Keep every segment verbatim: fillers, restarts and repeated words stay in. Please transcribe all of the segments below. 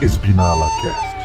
Spinala Cast.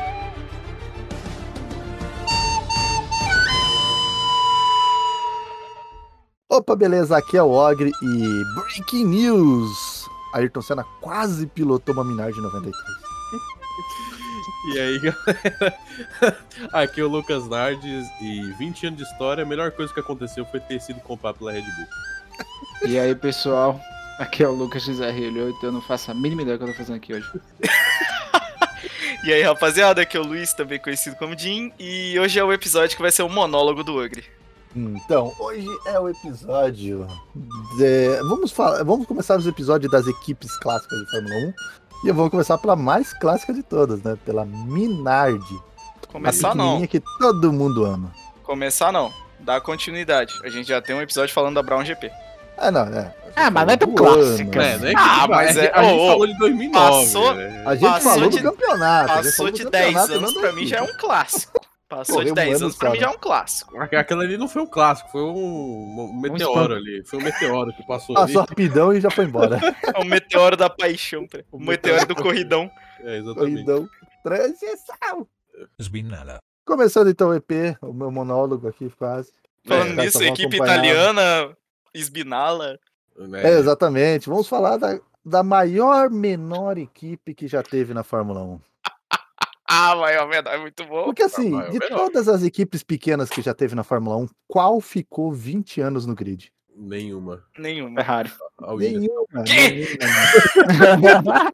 Opa, beleza? Aqui é o Ogre e Breaking News! Ayrton Senna quase pilotou uma Minardi noventa e três. E aí, galera? Aqui é o Lucas Nardes e vinte anos de história, a melhor coisa que aconteceu foi ter sido comprado pela Red Bull. E aí, pessoal? Aqui é o Lucas X R L oito, eu não faço a mínima ideia do que eu tô fazendo aqui hoje. E aí, rapaziada, aqui é o Luiz, também conhecido como Jim, e hoje é o episódio que vai ser o monólogo do Ogre. Então, hoje é o episódio de... Vamos, falar... Vamos começar os episódios das equipes clássicas de Fórmula um. E eu vou começar pela mais clássica de todas, né? Pela Minardi. Começar a não. Que todo mundo ama. Começar não. Dá continuidade. A gente já tem um episódio falando da Brown G P. Ah, não, é. Ah, mas não é tão Do clássica. ano. É, né? Ah, mas é- A gente oh, oh, falou de dois mil e nove. passou- né? A gente Passou falou de- do campeonato. a gente Passou falou de do dez campeonato, anos, não pra da mim já é equipe. um clássico. Passou Correu de dez anos, anos, pra mim cara. já é um clássico. Aquela ali não foi um clássico, foi um, um meteoro espanto. ali. Foi um meteoro que passou Passou ali. rapidão e já foi embora. É o meteoro da paixão, pera. o meteoro do corridão. É, exatamente. Corridão. Transição. Spinala. Começando então o E P, o meu monólogo aqui quase. Falando É, nisso, vamos equipe acompanhar. italiana, Sbinala. Né? É, exatamente. Vamos falar da, da maior, menor equipe que já teve na Fórmula um. Ah, maior verdade, é muito bom. Porque assim, maior, de menor. todas as equipes pequenas que já teve na Fórmula um, qual ficou vinte anos no grid? Nenhuma. Nenhuma. Ferrari. A Williams. Nenhuma. Quê? nenhuma.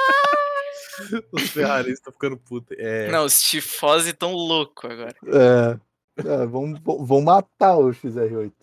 Os Ferraris estão ficando putos. É, Não, os tifose tão louco agora. É, é, vão, vão vão matar o X R oito.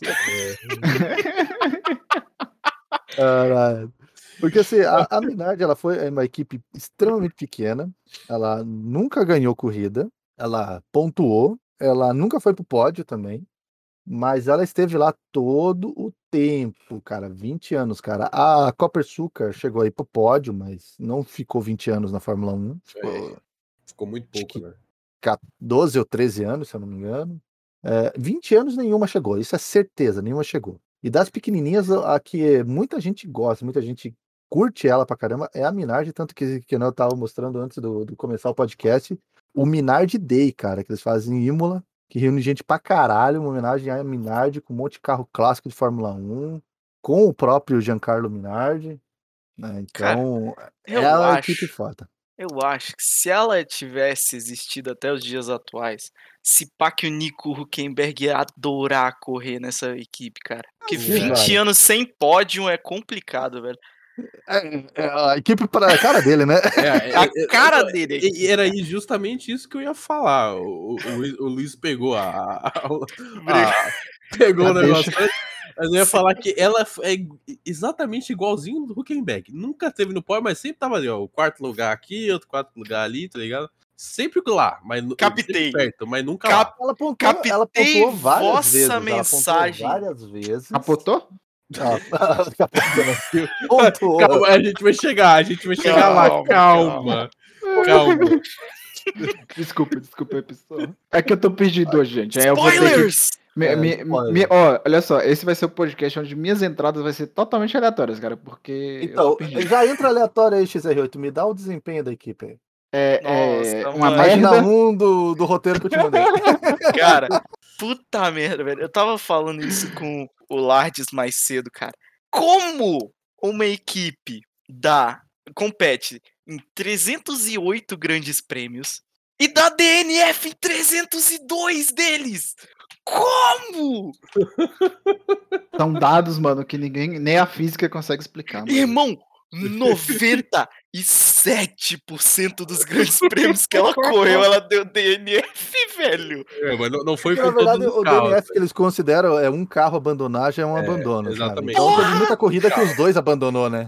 Caralho. Porque assim, a, a Minardi, ela foi uma equipe extremamente pequena, ela nunca ganhou corrida, ela pontuou, ela nunca foi pro pódio também, mas ela esteve lá todo o tempo, cara, vinte anos, cara. A Copersucar chegou aí pro pódio, mas não ficou vinte anos na Fórmula um, ficou ficou muito pouco, que- né? doze ou treze anos, se eu não me engano. É, vinte anos nenhuma chegou, isso é certeza, nenhuma chegou. E das pequenininhas, a que muita gente gosta, muita gente curte ela pra caramba, é a Minardi, tanto que, que eu tava mostrando antes do, do começar o podcast, o Minardi Day, cara, que eles fazem em Imola, que reúne gente pra caralho, uma homenagem à Minardi, com um monte de carro clássico de Fórmula um, com o próprio Giancarlo Minardi, né? Então, eu ela é a acho- equipe foda. Eu acho que se ela tivesse existido até os dias atuais, se pá que o Nico Hülkenberg ia adorar correr nessa equipe, cara. Porque Sim, vinte cara. anos sem pódio é complicado, velho. É, é a equipe para a cara dele, né? É, A é, é, cara é, dele. E e era aí justamente isso que eu ia falar. O, o, o Luiz- o Luiz pegou a. a- a- pegou Já o negócio. deixa. Mas eu ia falar que ela é exatamente igualzinho do Huckenberg. Nunca teve no pódio, mas sempre tava ali, ó. O quarto lugar aqui, outro quarto lugar ali, tá ligado? Sempre lá, mas nu- Captei. sempre perto, mas nunca Cap- Ela pontuou, Captei ela pontuou várias vossa vezes. Ela mensagem. pontuou várias vezes. Capotou? Ah, capotou. Pontuou. lá. Calma, a gente vai chegar, a gente vai chegar lá. Calma, Calma, calma. Desculpa, desculpa aí, pessoal. É que eu tô perdido hoje, gente. Aí eu vou ter que... Spoilers! Mi- É, mi- spoiler. mi- ó, olha só, esse vai ser o podcast onde minhas entradas vai ser totalmente aleatórias, cara, porque eu tô Então, perdido. já entra aleatório aí, X R oito. Me dá o desempenho da equipe aí. É, Nossa, é uma mano. Página merda. um do, do roteiro que eu te mandei. Cara, puta merda, velho. Eu tava falando isso com o Lardes mais cedo, cara. Como uma equipe dá, compete em trezentos e oito grandes prêmios e dá D N F em trezentos e dois deles? Como? São dados, mano, que ninguém, nem a física consegue explicar. Mano. Irmão, noventa e sete por cento dos grandes prêmios que ela correu, ela deu D N F, velho. É, mas não, não foi Porque, por na verdade, todos os o carros. D N F que eles consideram é um carro abandonar já é um É, abandono. sabe? exatamente. Então teve muita corrida que os dois abandonou, né?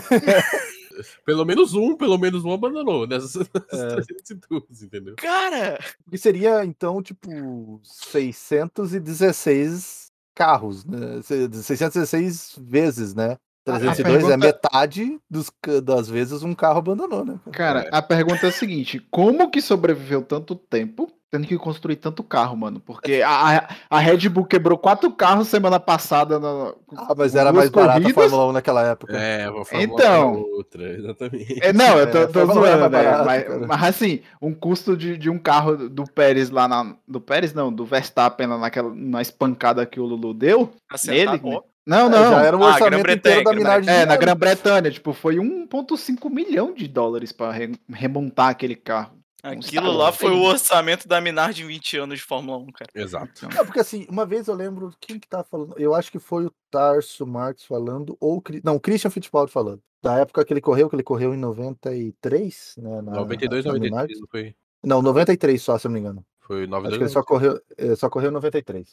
Pelo menos um, pelo menos um abandonou nessas, nessas É. trezentos e doze, entendeu? Cara, Que seria, então, tipo, seiscentos e dezesseis carros, né? seiscentos e dezesseis vezes, né? trezentos e dois é pergunta- metade dos, ca- das vezes um carro abandonou, né? Cara, a pergunta é a seguinte: como que sobreviveu tanto tempo tendo que construir tanto carro, mano. Porque a, a Red Bull quebrou quatro carros semana passada. Na, Ah, mas com era duas mais barata a corridas. Fórmula um naquela época. É, a Fórmula Então. um era outra, exatamente. É, não, eu tô, É, tô Fórmula um é zoando, mais né? barato, Mas, cara. mas assim, um custo de, de um carro do Pérez lá na. Do Pérez, não, do Verstappen lá naquela, na espancada que o Lulu deu. Acertado, Nele, né? ó. Não, É, não. já era um Ah, orçamento Grã-Bretanha, inteiro da Grã-Bretanha. Minardi. de É, na dinheiro. Grã-Bretanha, tipo, foi um vírgula cinco milhão de dólares pra re- remontar aquele carro. Aquilo lá foi o orçamento da Minardi em vinte anos de Fórmula um, cara. Exato. Não, porque assim, uma vez eu lembro quem que tava falando. Eu acho que foi o Tarso Marques falando, ou o Cri- não, o Christian Fittipaldi falando. Da época que ele correu, que ele correu em noventa e três, né? Na, noventa e dois, na noventa e Minardi. três, não foi? Não, noventa e três só, se eu não me engano. Foi noventa e Acho dois, que ele só correu, eh, só correu em noventa e três.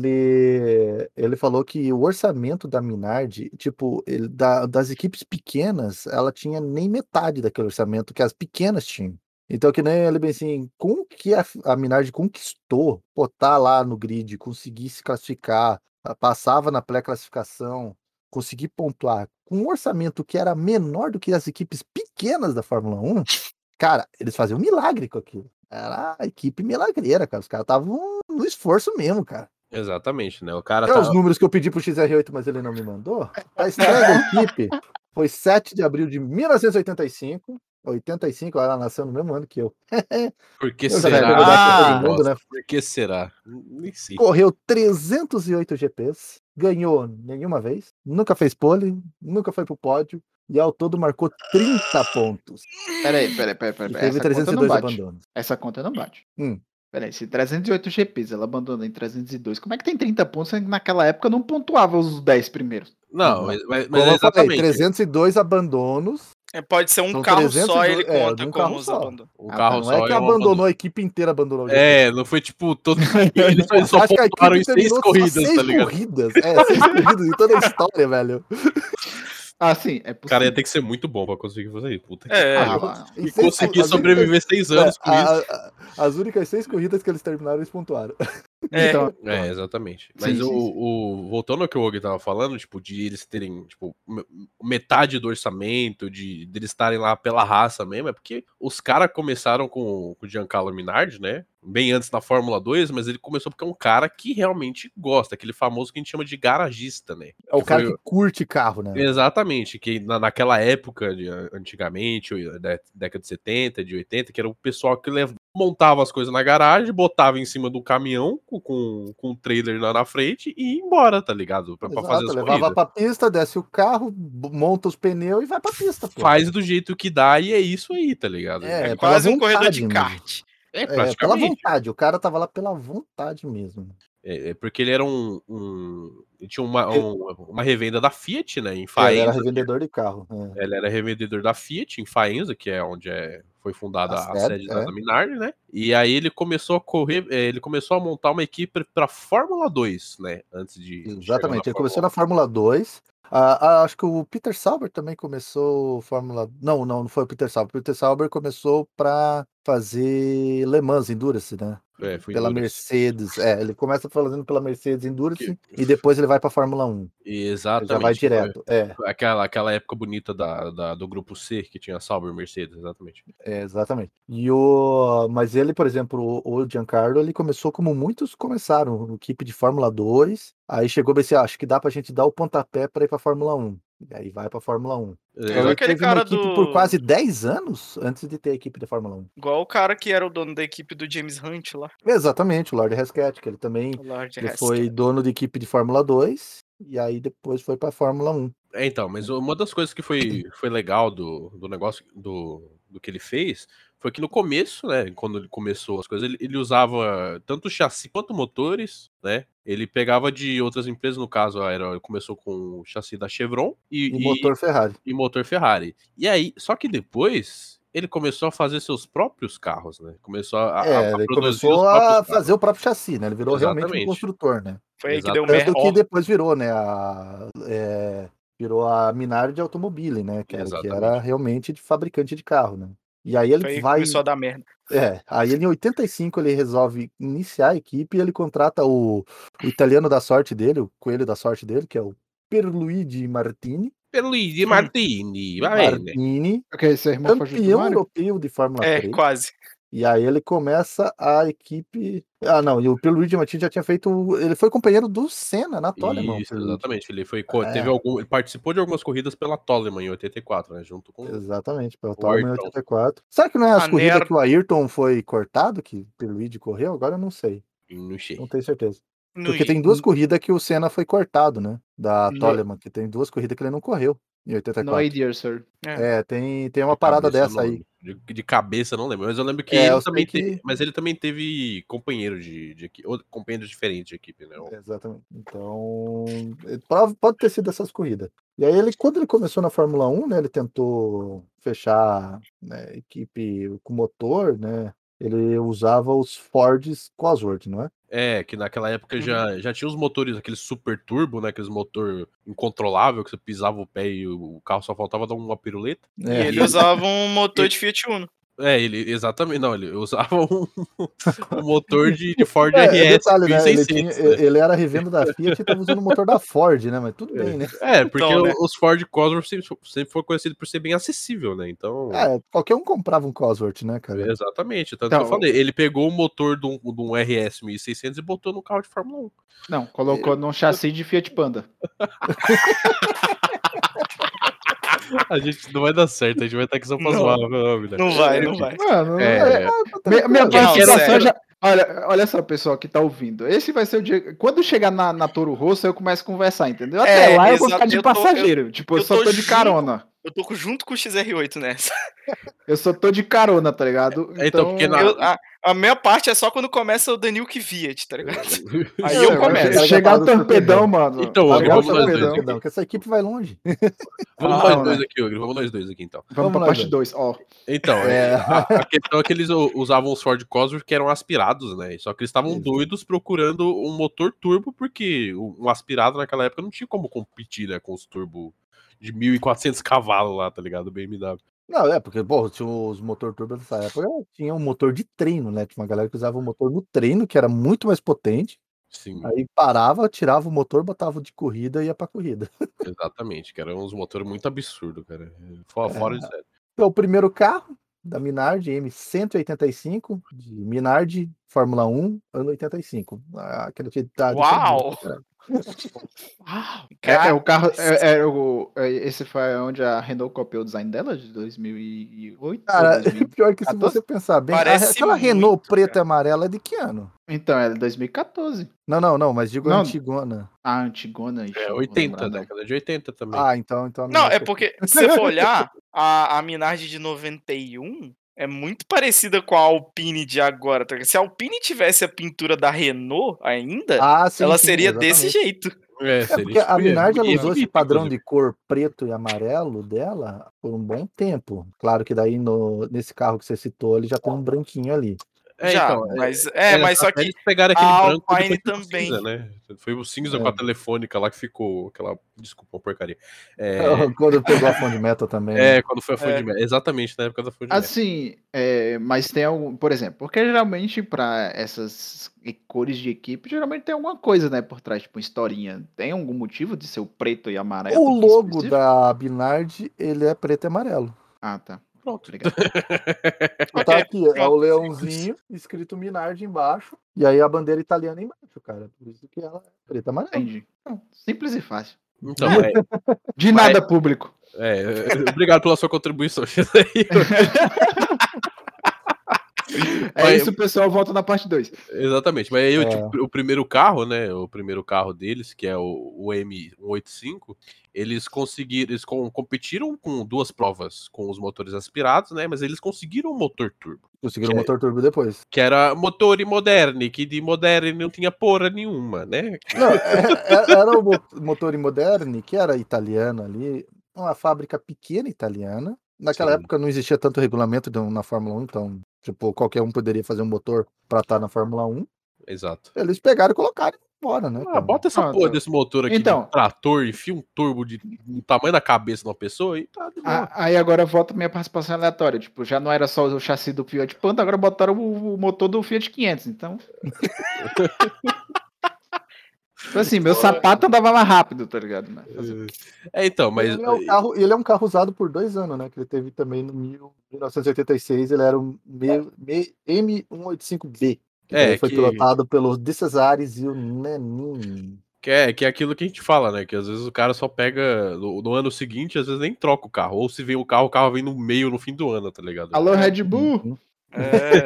Ele, ele falou que o orçamento da Minardi, tipo, ele- da- das equipes pequenas, ela tinha nem metade daquele orçamento que as pequenas tinham. Então, que nem ele bem assim, com o que a, a Minardi conquistou, botar lá no grid, conseguir se classificar, a- passava na pré-classificação, conseguir pontuar, com um orçamento que era menor do que as equipes pequenas da Fórmula um, cara, eles faziam um milagre com aquilo. Era a equipe milagreira, cara. Os caras estavam no esforço mesmo, cara. Exatamente, né? O cara É tá. os números que eu pedi pro X R oito, mas ele não me mandou. A estreia da equipe foi sete de abril de mil novecentos e oitenta e cinco. oitenta e cinco, ela nasceu no mesmo ano que eu. Por que Eu já será? tenho idade pra Ah, todo mundo, né? Por que será? Nem sei. Correu trezentos e oito G Ps, ganhou nenhuma vez, nunca fez pole, nunca foi pro pódio, e ao todo marcou trinta pontos. Peraí, peraí, peraí, E peraí. teve Essa conta trezentos e não dois bate. abandonos. Essa conta não bate. Hum. Peraí, se trezentos e oito G Ps ela abandonou em trezentos e dois, como é que tem trinta pontos sendo que naquela época não pontuava os dez primeiros? Não, mas, mas Como é eu falei, exatamente. trezentos e dois abandonos. É, pode ser um São carro trezentos e só, dois ele é, conta num como carro os só. abandonos. Um Ah, carro Não só é que um abandonou abandono. a equipe inteira, abandonou o G P. É, não foi tipo todo. Eles só, eles só Acho que a pontuaram em equipe seis terminou só corridas, seis tá ligado? corridas. É, seis corridas em toda a história, velho. Ah, sim, é O cara possível. ia ter que ser muito bom pra conseguir fazer isso. Puta que É, Ah, pariu. lá. Em E seis conseguir cor- as sobreviver seis anos com únicas- isso. a- a- As únicas seis corridas que eles terminaram, eles pontuaram. É. Então, É, exatamente. Mas Sim, o, sim, sim. o- voltando ao que o Og tava falando, tipo, de eles terem, tipo, me- metade do orçamento, de, de eles estarem lá pela raça mesmo, é porque os caras começaram com, com o Giancarlo Minardi, né? Bem antes na Fórmula dois, mas ele começou porque é um cara que realmente gosta, aquele famoso que a gente chama de garagista, né? É o Que cara foi- que curte carro, né? Exatamente, que na, naquela época, de, antigamente, ou da década de setenta, de oitenta, que era o pessoal que lev- montava as coisas na garagem, botava em cima do caminhão com, com, com o trailer lá na frente e ia embora, tá ligado? Pra, pra fazer Exato, as levava corridas. pra pista, desce o carro, b- monta os pneus e vai pra pista, pô. Faz do jeito que dá e é isso aí, tá ligado? É, É pela quase um corredor vontade de mesmo. kart. É, É, pela praticamente. vontade. O cara tava lá pela vontade mesmo. É, é porque ele era um. um ele tinha uma, um- uma revenda da Fiat, né? Em É, ele Faenza. era revendedor de carro. É. Ele era revendedor da Fiat em Faenza, que é onde é, foi fundada A a sede, sede da, é. da Minardi, né? E aí ele começou a correr, é, ele começou a montar uma equipe pra Fórmula dois, né? Antes de. chegar Exatamente. na Ele começou Fórmula na Fórmula dois. Ah, ah, acho que o Peter Sauber também começou Fórmula. Não, não, não foi o Peter Sauber. O Peter Sauber começou para fazer Le Mans Endurance, né? um. É, foi Pela Endurance. Mercedes. É, ele começa fazendo pela Mercedes Endurance Que- e depois ele vai para Fórmula um. Ele Exatamente. já vai foi direto. É, Aquela, aquela época bonita da, da- do grupo C, que tinha Sauber e Mercedes, exatamente. é, exatamente. E o, mas ele, por exemplo, o, o Giancarlo, ele começou como muitos começaram, no equipe de Fórmula dois. Aí chegou e disse, acho que dá pra gente dar o pontapé para ir para Fórmula um. E aí vai para Fórmula um. É, Ele aquele teve uma cara equipe do- por quase dez anos antes de ter a equipe da Fórmula um. Igual o cara que era o dono da equipe do James Hunt lá. Exatamente, o Lord Heskett, que ele também O Lord ele Haskell. foi dono de equipe de Fórmula dois e aí depois foi para Fórmula um. É, então, mas uma das coisas que foi, foi legal do, do negócio, do, do que ele fez, foi que no começo, né, quando ele começou as coisas, ele, ele usava tanto chassi quanto motores, né, ele pegava de outras empresas, no caso, era, ele começou com o chassi da Chevron e, E e- motor Ferrari. e motor Ferrari. E aí, só que depois, ele começou a fazer seus próprios carros, né, começou a, a- É, a ele produzir começou os a próprios carros. fazer o próprio chassi, né? Ele virou realmente um Exatamente. construtor, né? Foi aí que Exato. deu Tanto merda. que depois virou, né? A, é, virou a Minardi Automobile, né? Que era, que era Exatamente. realmente de fabricante de carro, né? E aí ele Foi aí que vai. começou a dar merda. É, aí ele, em oitenta e cinco ele resolve iniciar a equipe e ele contrata o, o italiano da sorte dele, o coelho da sorte dele, que é o Pierluigi Martini. Luigi Hum. Martini, vai bene. Martini, Ok, seu irmão foi junto do campeão Mário? europeu de Fórmula É, três. quase. E aí ele começa a equipe. Ah, não, e o Pierluigi Martins já tinha feito. Ele foi companheiro do Senna na Toleman. Isso, exatamente. Ele foi, co- É. teve algum, ele participou de algumas corridas pela Toleman em oitenta e quatro, né? Junto com Exatamente, pela O Toleman em Ayrton. oitenta e quatro. Será que não é as A corridas Ner- que o Ayrton foi cortado, que o Pierluigi correu? Agora eu não sei. no Shea. Não tenho certeza. no- Porque tem duas corridas que o Senna foi cortado, né? Da No- Toleman, que tem duas corridas que ele não correu em oitenta e No quatro. idea, sir. É, tem, tem uma De parada cabeça eu dessa não aí. lembro. De, de cabeça eu não lembro, mas eu lembro que É, eu ele sei também que- teve. Mas ele também teve companheiro de, de equipe, ou companheiros diferentes de equipe, né? Exatamente. Então, eh, pode pode ter sido essas corridas. E aí, ele, quando ele começou na Fórmula um, né, ele tentou fechar, né, equipe com motor, né? Ele usava os Fords Cosworth, não é? É, que naquela Uhum. época já, já tinha os motores, aqueles super turbo, né? Aqueles motor incontrolável, que você pisava o pé e o carro só faltava dar uma piruleta. E É. ele usava um motor de Fiat Uno. É, ele, exatamente, não, ele usava um, um motor de, de Ford É, R S detalhe, né? Ele, tinha- mil e seiscentos, né? ele era revenda da Fiat e estava usando o motor da Ford, né? Mas tudo bem, né? É, porque Então, né? os Ford Cosworth sempre, sempre foi conhecido por ser bem acessível, né? Então. É, qualquer um comprava um Cosworth, né, cara? Exatamente, tanto Então, que eu falei, ele pegou o motor de um, de um R S mil e seiscentos e botou no carro de Fórmula um. Não, colocou num chassi de Fiat Panda. A gente não vai dar certo, a gente vai estar aqui só pra Não. zoar, não, né? Não vai, não vai. Mano, É. é, minha, minha Não, participação sério. já. Olha, olha só, pessoal que tá ouvindo. Esse vai ser o dia. Quando chegar na, na Toro Rosso, eu começo a conversar, entendeu? Até É, lá eu vou exato, ficar de eu tô- passageiro. tipo, eu, eu só tô tô de junto- carona. Eu tô com- junto com o X R oito nessa. Eu só tô de carona, tá ligado? É, então, porque na- Eu- a, a minha parte é só quando começa o Danil que Fiat, tá ligado? Aí É, eu vai começo. chegar o Cara, torpedão, mano. Então, Tá Ogre, ligado? vamos Tá nós vendo, dois Pedão? aqui. Que essa equipe vai longe. Vamos Ah, nós não, dois né? aqui, Ogre, vamos nós dois aqui então. Vamos Vamos pra lá, parte velho. dois, ó. Então, É. é, a, a questão é que eles u- usavam os Ford Cosworth que eram aspirados, né? Só que eles estavam Isso. doidos procurando um motor turbo, porque o- um aspirado naquela época não tinha como competir, né, com os turbo de mil e quatrocentos cavalos lá, tá ligado? B M W. Não, é, porque, pô, tinha os motor turbo dessa época, tinha um motor de treino, né? Tinha uma galera que usava o motor no treino, que era muito mais potente. Sim, Aí parava, tirava o motor, botava o de corrida e ia pra corrida. exatamente, que eram uns motores muito absurdos, cara. Fora, É. fora de sério. Então, o primeiro carro da Minardi, M cento e oitenta e cinco, de Minardi, Fórmula um, ano oitenta e cinco. Ah, aquela atividade. Uau! É, é o carro. É, é o, é, esse foi onde a Renault copiou o design dela, de dois mil e oito? Cara, ou dois mil? pior que se quatorze? você pensar bem, a- Parece aquela muito, Renault preta cara. e amarela é de que ano? Então, é de dois mil e quatorze. Não, não, não, mas digo a Não. antigona. A Antigona. ixi, É não vou oitenta, lembrar, não. década de oitenta também. Ah, então, então Não, vai é ser- porque, se você for olhar, a, a Minardi de noventa e um é muito parecida com a Alpine de agora. Tá ligado? Se a Alpine tivesse a pintura da Renault ainda, Ah, sim, ela sim, seria exatamente. desse jeito. É, É seria porque a isso mesmo. Minardi ela E usou esse bonito, padrão inclusive. de cor preto e amarelo dela por um bom tempo. Claro que daí no, nesse carro que você citou, ele já tem um branquinho ali. É, Já, então, é, mas, é, mas só até que eles pegaram aquele a branco e Alpine depois ficou também. cinza, né? Foi o cinza É. com a telefônica lá que ficou aquela. Desculpa, uma porcaria. É, Quando pegou a Fond Metal também. né? é, quando foi a É. Fundimé. Exatamente, na época da Fundimé. Assim, é, mas tem algum. Por exemplo, porque geralmente pra essas e- cores de equipe, geralmente tem alguma coisa, né, por trás, tipo, uma historinha. Tem algum motivo de ser o preto e amarelo? O aqui logo específico? da Minardi, ele é preto e amarelo. Ah, tá. Pronto. Obrigado. E tá Ok, aqui, é o pronto. leãozinho, escrito Minardi embaixo, e aí a bandeira italiana embaixo, cara. Por isso que ela é preta e amarela. Entendi. Não, simples e fácil. Então, é, De Mas- nada público. é, é, obrigado pela sua contribuição. É Mas- isso, pessoal. Volta na parte dois. Exatamente, mas aí o, É. tipo, o primeiro carro, né? O primeiro carro deles, que é o, o M cento e oitenta e cinco, eles conseguiram, eles com- competiram com duas provas com os motores aspirados, né? Mas eles conseguiram um motor turbo, Conseguiram o Que- motor turbo depois. que era motor moderno, que de moderno não tinha porra nenhuma, né? Não, é- é- era o mo- motor Moderni, que era italiano ali, uma fábrica pequena italiana. Naquela Sim. época não existia tanto regulamento de- na Fórmula um, então, tipo, qualquer um poderia fazer um motor pra estar na Fórmula um. Exato. Eles pegaram e colocaram fora, né? Ah, cara? bota essa Ah, porra tá. desse motor aqui Então. de trator, enfia um turbo de do tamanho da cabeça de uma pessoa e tá de boa. Ah, aí agora volta minha participação aleatória. Tipo, já não era só o chassi do Fiat Panda, agora botaram o, o motor do Fiat quinhentos. Então, Tipo assim, meu sapato andava mais rápido, tá ligado? Né? É, então, mas. Ele é, um carro, ele é um carro usado por dois anos, né? Que ele teve também no mil novecentos e oitenta e seis, ele era o M cento e oitenta e cinco B. Que É, daí foi que- pilotado pelo De Cesares e o Nenin. Que é, que é aquilo que a gente fala, né? Que às vezes o cara só pega no, no ano seguinte, às vezes nem troca o carro. Ou se vem o carro, o carro vem no meio, no fim do ano, tá ligado? Alô, Red Bull! Uhum. É,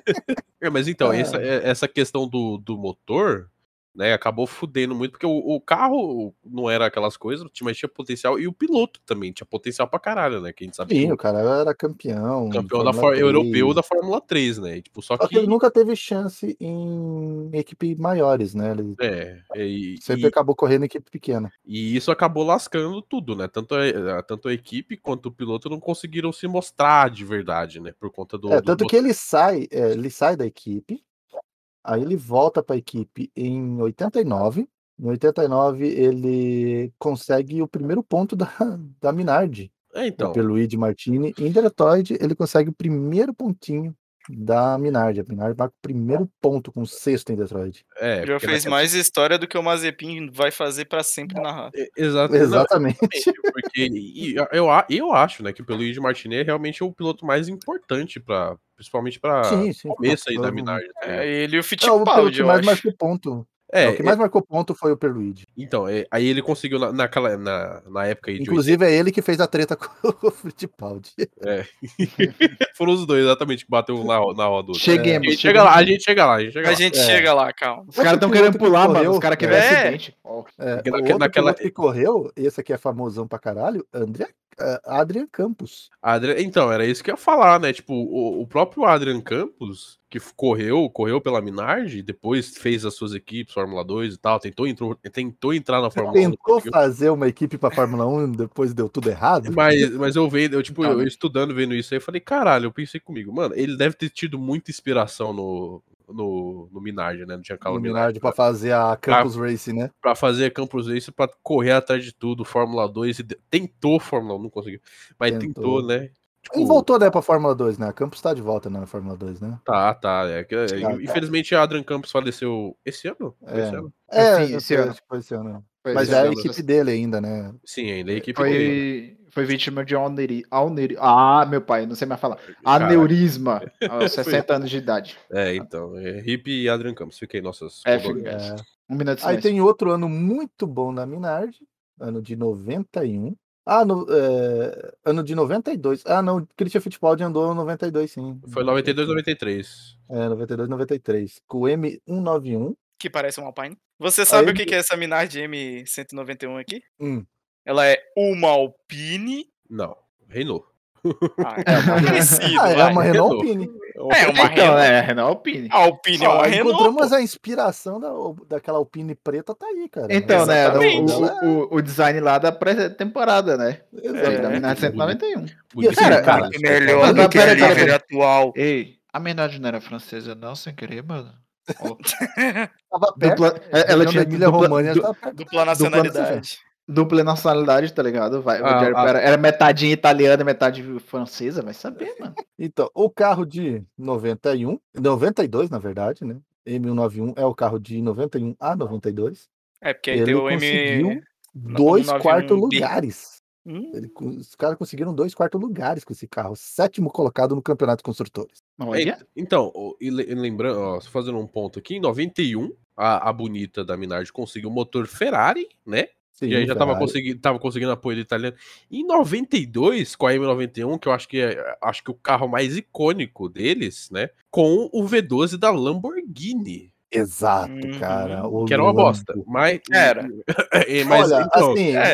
É, mas então, Ah. essa, é- essa questão do, do motor, né, acabou fudendo muito, porque o, o carro não era aquelas coisas, mas tinha potencial, e o piloto também tinha potencial pra caralho, né? Que a gente sabe Sim, que o cara era campeão. o campeão da Fórmula For- europeu três. da Fórmula três, né? E, tipo, só, Só que. que ele nunca teve chance em equipe maiores, né? Ele É, e, sempre e- acabou correndo em equipe pequena. e isso acabou lascando tudo, né? Tanto a, tanto a equipe quanto o piloto não conseguiram se mostrar de verdade, né? Por conta do. É, do tanto que ele sai, é, ele sai da equipe, aí ele volta para a equipe em oitenta e nove. Em oitenta e nove ele consegue o primeiro ponto da, da Minardi, É, o então. Pierluigi Martini. Em Detroit ele consegue o primeiro pontinho da Minardi. A Minardi marca o primeiro ponto com o sexto em Detroit. É, já porque fez naquela- mais história do que o Mazepin vai fazer pra sempre na Haas. É, exato, não, Exatamente. porque e eu, a- eu acho, né, que o Luigi Martinez é realmente o piloto mais importante para, principalmente para Sim, sim. começo aí da Eu- Minardi, tá ligado? É ele e o É o piloto Fittipaldi, que eu mais acho. marcou ponto. É, É, o que mais marcou ponto foi o Pierluigi. então, é, aí ele conseguiu na, naquela na, na época aí de Inclusive é ele que fez a treta com o Fittipaldi. oitenta. Foram os dois exatamente que bateu um na, na roda. do outro. Cheguemos. A gente chega lá, a gente chega lá, a gente chega A lá. gente É. chega lá, calma. Os caras estão Outro querendo piloto que pular, mano. correu- Os caras querem É. acidente. Ó. É, Porque o naque- outro naquela- piloto que correu, esse aqui é famosão pra caralho, André, uh, Adrian Campos. Adrian- então, era isso que eu ia falar, né? Tipo, o, o próprio Adrian Campos, que f- correu, correu pela Minardi, depois fez as suas equipes, Fórmula dois e tal, tentou, entrou, tentou entrar na Fórmula um. não Tentou conseguiu. fazer uma equipe pra Fórmula um, depois deu tudo errado. Mas, mas eu vendo, eu, tipo, Então, eu né? estudando, vendo isso aí, eu falei, caralho, eu pensei comigo, mano, ele deve ter tido muita inspiração no, no, no Minardi, né? No Giancarlo No Minardi, Minardi pra fazer a Campus Racing, né? pra fazer Campus Race, pra correr atrás de tudo, Fórmula dois, e de- tentou Fórmula um, não conseguiu, mas tentou, Tentou. né? E voltou, né, pra Fórmula dois, né? A Campos tá de volta né, na Fórmula dois, né? Tá, tá. É, que- tá. infelizmente a Adrian Campos faleceu esse ano? Foi É. esse ano? É, Esse- esse foi- ano. acho que foi esse ano. Foi Mas esse é a ano. equipe dele ainda, né? Sim, ainda a equipe dele. Foi, foi vítima de aneurisma. Aneurisma. Ah, meu pai, não sei mais falar. Cara, Aneurisma aos sessenta anos de idade. É, então. É, Hip e Adrian Campos. Fiquei nossas. É, condolências. É. Um minuto de Aí silêncio. tem outro ano muito bom na Minardi, ano de noventa e um. Ah, no, é, ano de noventa e dois. Ah, não, Christian Fittipaldi andou em noventa e dois, sim. Foi noventa e dois, noventa e três. É, noventa e dois, noventa e três. Com o M cento e noventa e um. Que parece um Alpine. Você sabe Aí o que, ele- que é essa Minardi M cento e noventa e um aqui? Hum. Ela é uma Alpine. Não, Renault. Ah, é parecido, Ah, é vai. uma Renault Renault. Alpine. É uma Então, Renault. é, Renault Alpine. A Alpine é Ó, uma Renault. encontramos pô. a inspiração da, daquela Alpine preta, tá aí, cara. Então, né, Exatamente. o, o, o design lá da pré-temporada, né? Exatamente. É, da Minardi cento e noventa e um. Podia assim, ser, cara, É melhor Mas, do que a pera, pera, Livery pera. atual. Ei, a Minardi não era francesa não, sem querer, mano? Ó, Tava perto. dupla, né? ela Região tinha da Emília dupla, Romagna du- tava perto. Dupla nacionalidade. dupla nacionalidade, tá ligado? Vai, Ah, era, ah. era- era metadinha italiana, metade francesa, vai saber, mano. Então, o carro de noventa e um, noventa e dois, na verdade, né? M cento e noventa e um é o carro de noventa e um a noventa e dois. É, porque aí Ele tem o conseguiu M. dois cento e noventa e um quartos B. lugares. Hum, Ele, os caras conseguiram dois quartos lugares com esse carro. Sétimo colocado no Campeonato de Construtores. Olha. Então, o- e le- e lembrando, ó, só fazendo um ponto aqui, em noventa e um, a, a bonita da Minardi conseguiu o motor Ferrari, né? Sim, E aí já tava Ferrari. conseguindo, tava conseguindo apoio do italiano. Em noventa e dois, com a M noventa e um, que eu acho que é acho que o carro mais icônico deles, né? Com o V doze da Lamborghini. Exato, Uhum. cara. O Que era uma Lambo. bosta. Mas, Era. É, mas Olha, então, assim, É.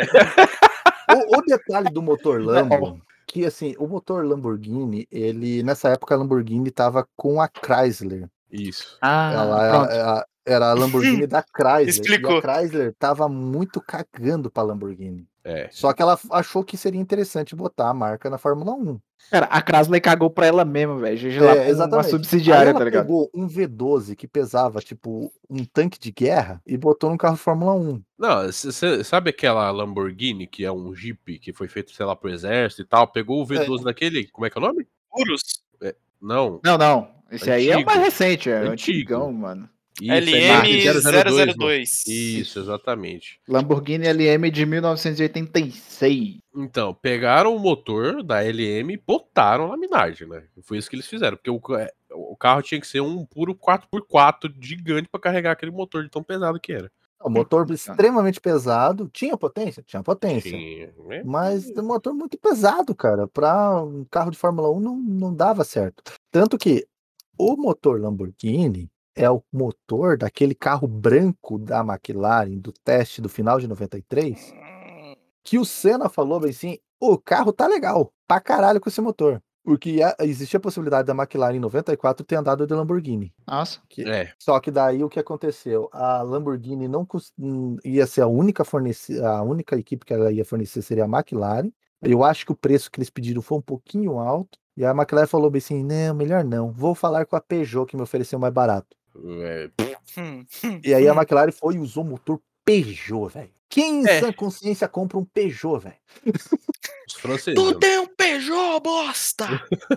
o, o detalhe do motor Lambo, que assim, o motor Lamborghini, ele, nessa época a Lamborghini tava com a Chrysler. isso. Ah, Ela pronto. era, era a Lamborghini da Chrysler. Explicou. E a Chrysler tava muito cagando pra Lamborghini. É. Só que ela achou que seria interessante botar a marca na Fórmula um. Cara, a Chrysler cagou pra ela mesma, velho. Já É, lá uma exatamente. subsidiária, Aí ela tá ligado? pegou um V doze que pesava tipo um tanque de guerra e botou num carro de Fórmula um. Não, você sabe aquela Lamborghini que é um Jeep que foi feito, sei lá, pro exército e tal? Pegou o V doze daquele, como é que é o nome? Urus. Não, Não, não. Esse aí é o Antigo. mais recente, é o Antigo. antigão, mano. Isso, L é M Mark zero zero mano. dois. Isso, exatamente. Lamborghini L M de mil novecentos e oitenta e seis. Então, pegaram o motor da L M e botaram na Minardi, né? Foi isso que eles fizeram, porque o, ca- é, o carro tinha que ser um puro quatro por quatro gigante pra carregar aquele motor de tão pesado que era. O motor extremamente pesado. Tinha potência? Tinha potência. Tinha, né? Mas é um motor muito pesado, cara. Para um carro de Fórmula um não, não dava certo. Tanto que o motor Lamborghini é o motor daquele carro branco da McLaren, do teste do final de noventa e três, que o Senna falou bem assim, o carro tá legal, pra caralho com esse motor. Porque a- existia a possibilidade da McLaren em noventa e quatro ter andado de Lamborghini. Nossa. Que- É, Só que daí o que aconteceu? A Lamborghini não cus- hum, ia ser a única fornece... a única equipe que ela ia fornecer seria a McLaren. Eu acho que o preço que eles pediram foi um pouquinho alto. E a McLaren falou bem assim: não, melhor não. Vou falar com a Peugeot que me ofereceu mais barato. é, Hum, hum, E aí a hum. McLaren foi e usou motor Peugeot, velho. Quem em É. sã consciência compra um Peugeot, velho? os franceses. Tu né? tem um Peugeot, bosta!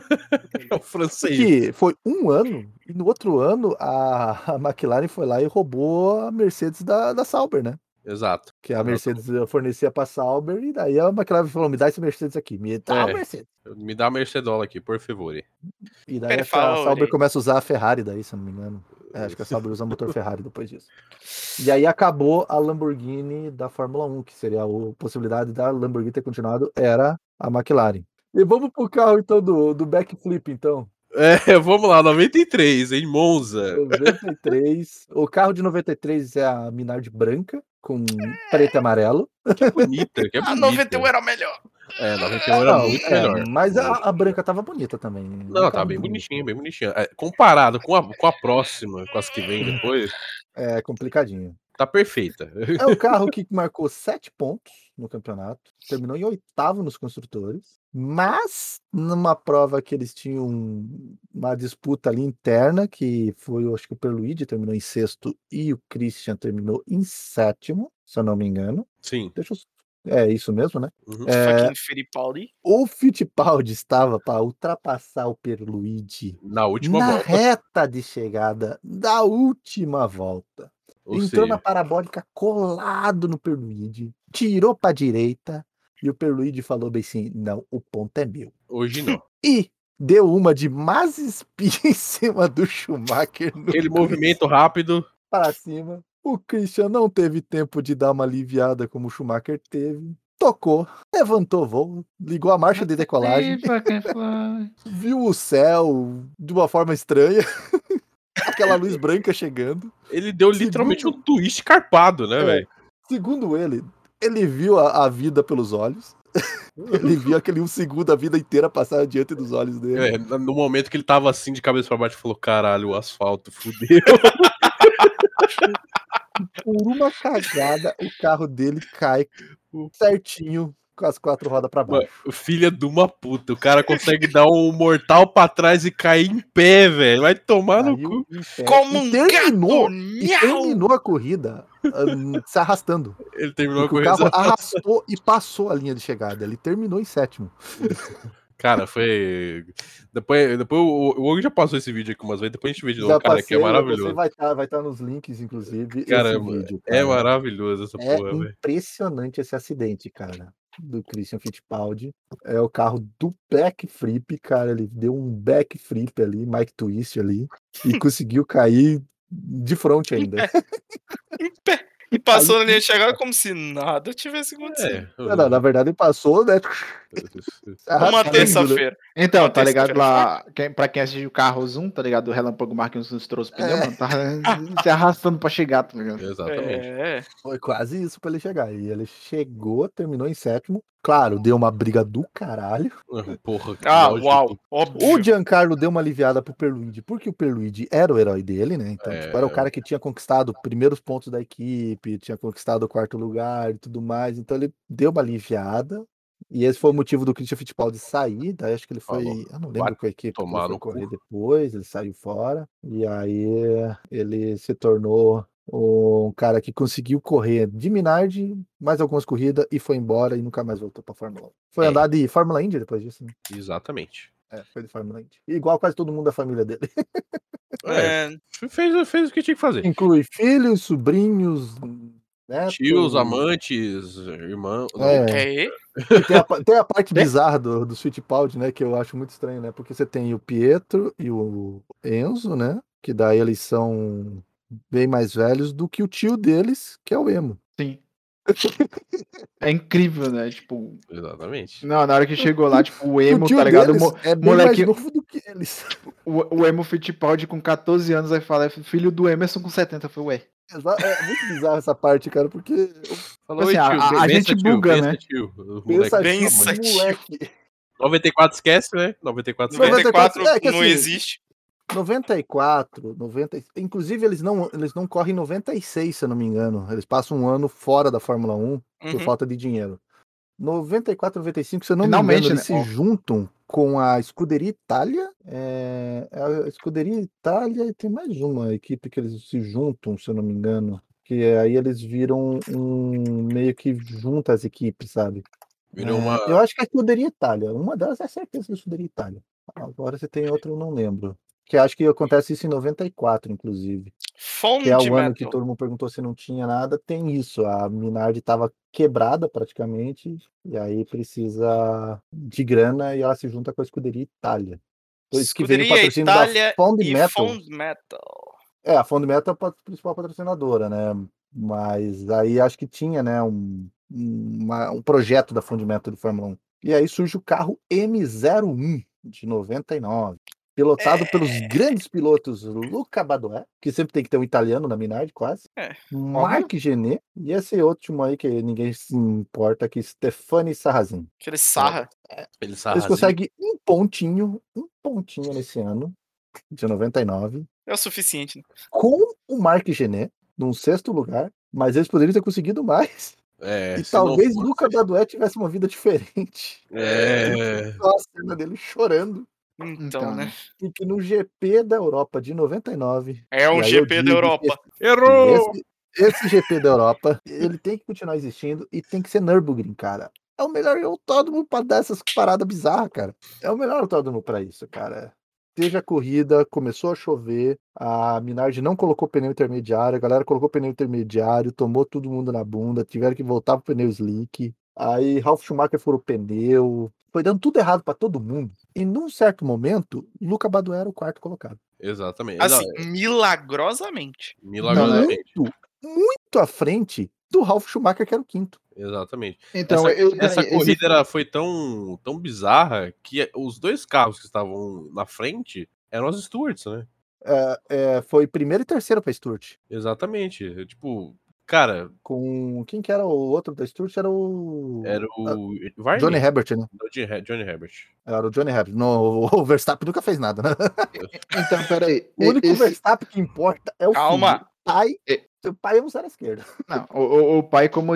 É o francês. Que foi um ano, e no outro ano a, a McLaren foi lá e roubou a Mercedes da, da Sauber, né? Exato. Que a Exatamente. Mercedes fornecia pra Sauber, e daí a McLaren falou: me dá esse Mercedes aqui, me dá o É. Mercedes. Me dá a Mercedola aqui, por favor. E daí Pera, acho que a fala, Sauber Ori. começa a usar a Ferrari daí, se eu não me engano. É, acho que a Sauber usa motor Ferrari depois disso. E aí acabou a Lamborghini da Fórmula um, que seria a possibilidade da Lamborghini ter continuado, era a McLaren. E vamos pro carro então do, do backflip, então. É, vamos lá, noventa e três, em Monza. noventa e três. O carro de noventa e três é a Minardi branca, com preto e amarelo. Que é bonita, que é A bonita. noventa e um era melhor. É, noventa e um era Não, muito é, melhor. mas a, a branca tava bonita também. Não, Um tá carro bem bonito. bonitinha, bem bonitinha. É, comparado com a, com a próxima, com as que vem depois, É complicadinho. tá perfeita. É o carro que marcou sete pontos no campeonato, terminou em oitavo nos construtores, mas numa prova que eles tinham uma disputa ali interna, que foi, eu acho que o Pierluigi terminou em sexto e o Christian terminou em sétimo, se eu não me engano. Sim. Deixa eu... É isso mesmo, né? Uhum. É, Fucking Fittipaldi. o Fittipaldi estava para ultrapassar o Pierluigi Na última na volta. reta de chegada da última volta. Ou Entrou seja, na parabólica colado no Perluide, tirou pra direita e o Perluide falou bem assim: não, o ponto é meu. hoje não. E deu uma de Mazepin em cima do Schumacher no Aquele movimento rápido. para cima. O Christian não teve tempo de dar uma aliviada como o Schumacher teve. Tocou, levantou voo, ligou a marcha de decolagem, viu o céu de uma forma estranha. Aquela luz branca chegando. Ele deu literalmente Segundo- um twist carpado, né, É. velho? Segundo ele, ele viu a, a vida pelos olhos. Ele viu aquele um segundo, a vida inteira passar diante dos olhos dele. É, no momento que ele tava assim de cabeça pra baixo, falou: caralho, o asfalto fudeu. Por uma cagada, o carro dele cai certinho com as quatro rodas pra Mano, baixo. filha de uma puta. O cara consegue dar um mortal pra trás e cair em pé, velho. Vai tomar no Caiu cu. em pé Como e um terminou, gato, e miau. terminou a corrida hum, se arrastando. Ele terminou a Porque o corrida. carro arrastou e passou a linha de chegada. Ele terminou em sétimo. Cara, foi. Depois, depois o o Hugo já passou esse vídeo aqui umas vezes, depois a gente vê de novo, Já cara, passei, que é já passei, maravilhoso. vai estar vai tá nos links, inclusive, Cara, esse vídeo. é cara. maravilhoso essa É porra, velho. impressionante esse acidente, cara, do Christian Fittipaldi. É o carro do backflip, cara. Ele deu um backflip ali, Mike Twist ali, e conseguiu cair de frente ainda. Em pé. E passou Aí- na linha de chegada como se nada tivesse acontecido. É. Não, na verdade, ele passou, né? Uma arrastando, né? terça-feira. Então, Uma tá ligado terça-feira lá, quem, pra quem assistiu o carro Zoom, tá ligado? O Relâmpago Marquinhos nos trouxe pneu, É. mano. Tá se arrastando pra chegar, tá ligado? Exatamente. É. Foi quase isso pra ele chegar. E ele chegou, terminou em sétimo. Claro, deu uma briga do caralho. Porra, Ah, lógico. uau. Óbvio. O Giancarlo deu uma aliviada pro Perluigi, porque o Perluigi era o herói dele, né? Então, É. tipo, era o cara que tinha conquistado os primeiros pontos da equipe, tinha conquistado o quarto lugar e tudo mais. Então ele deu uma aliviada. E esse foi o motivo do Christian Fittipaldi sair. Daí acho que ele foi. Falou. Eu não lembro qual equipe que ele tomar foi no correr cu. depois. Ele saiu fora. E aí ele se tornou um cara que conseguiu correr de Minardi mais algumas corridas e foi embora e nunca mais voltou pra Fórmula um. Foi É. andar de Fórmula Indy depois disso, né? Exatamente. É, foi de Fórmula Indy. Igual quase todo mundo da família dele. É, Fez, fez o que tinha que fazer. Inclui filhos, sobrinhos, netos. Tios, amantes, irmãos. Não, É. ok. E tem a, pa- tem a parte bizarra do, do Fittipaldi, né? Que eu acho muito estranho, né? Porque você tem o Pietro e o Enzo, né? Que daí eles são bem mais velhos do que o tio deles, que é o Emo. Sim. É incrível, né? Tipo, Exatamente. não, na hora que chegou lá, tipo, o O emo, tio tá ligado? O deles mo- é bem moleque, mais novo do que eles. o, o emo Fittipaldi com catorze anos aí fala, é filho do Emerson com setenta. Eu falei, ué. Exa- É muito bizarro essa parte, cara, porque Falou, Assim, oi, tio. a- a bença, gente tio, buga, bença, né? Tio. O pensa moleque. Bença, tio, tio. moleque. noventa e quatro esquece, né? noventa e quatro esquece. noventa e quatro é que não assim, existe. noventa e quatro, noventa, inclusive eles não, eles não correm noventa e seis, se eu não me engano. Eles passam um ano fora da Fórmula um por Uhum. falta de dinheiro. noventa e quatro, noventa e cinco, se eu não Finalmente, me engano, eles né? se Ó. juntam com a Scuderia Itália. É, a Scuderia Itália e tem mais uma equipe que eles se juntam, se eu não me engano. Que aí eles viram um meio que junta as equipes, sabe? Virou É, uma. eu acho que é a Scuderia Itália. Uma delas é certeza que é a Scuderia Itália. Agora você tem outra, eu não lembro. Que acho que acontece isso em noventa e quatro, inclusive. Que é Fonte o ano que Metal. todo mundo perguntou se não tinha nada. Tem isso. A Minardi estava quebrada praticamente. E aí precisa de grana e ela se junta com a Scuderia Itália. Por isso que veio o Escuderia patrocínio Itália da Fond e Metal. Fond Metal. É, a Fond Metal é a principal patrocinadora, né? Mas aí acho que tinha, né, um, uma- um projeto da Fond Metal de Fórmula um. E aí surge o carro M zero um de noventa e nove, pilotado pelos É. grandes pilotos Luca Badoer, que sempre tem que ter um italiano na Minardi, quase. É. Marc Gené e esse último aí que ninguém se importa, que é Stefani Sarrazin. Aquele sarra. Ele Eles sarrazinho. conseguem um pontinho, um pontinho nesse ano, de noventa e nove, É o suficiente, né? com o Marc Gené, num sexto lugar, mas eles poderiam ter conseguido mais. É, E se não talvez fosse- Luca Badoer tivesse uma vida diferente. É. Olha a cena dele chorando. Então, Então, né? né? Porque no G P da Europa de noventa e nove. É um e aí eu G P da digo Europa. que Errou! Esse, esse G P da Europa, ele tem que continuar existindo e tem que ser Nürburgring, cara. É o melhor autódromo pra dar essas paradas bizarras, cara. É o melhor autódromo pra isso, cara. Teve a corrida, começou a chover, a Minardi não colocou pneu intermediário, a galera colocou pneu intermediário, tomou todo mundo na bunda, tiveram que voltar pro pneu slick. Aí Ralf Schumacher furou o pneu, foi dando tudo errado pra todo mundo. E num certo momento, Luca Badoer era o quarto colocado. Exatamente. Assim, Não, milagrosamente. milagrosamente. Muito, muito à frente do Ralf Schumacher, que era o quinto. Exatamente. Então, essa eu, essa peraí, esse- corrida era, foi tão, tão bizarra que os dois carros que estavam na frente eram os Stewarts, né? É, é, foi primeiro e terceiro pra Stewart. Exatamente. Tipo, cara, Com quem que era o outro da Stewart? Era o. era Ah, o Varney. Johnny Herbert, né? Johnny He- Johnny Herbert. Era o Johnny Herbert. No, o Verstappen nunca fez nada, né? então, peraí. O único esse- Verstappen que importa é o Calma. filho. O pai, E- seu pai é um zero à esquerda. Não, o, o- o pai, como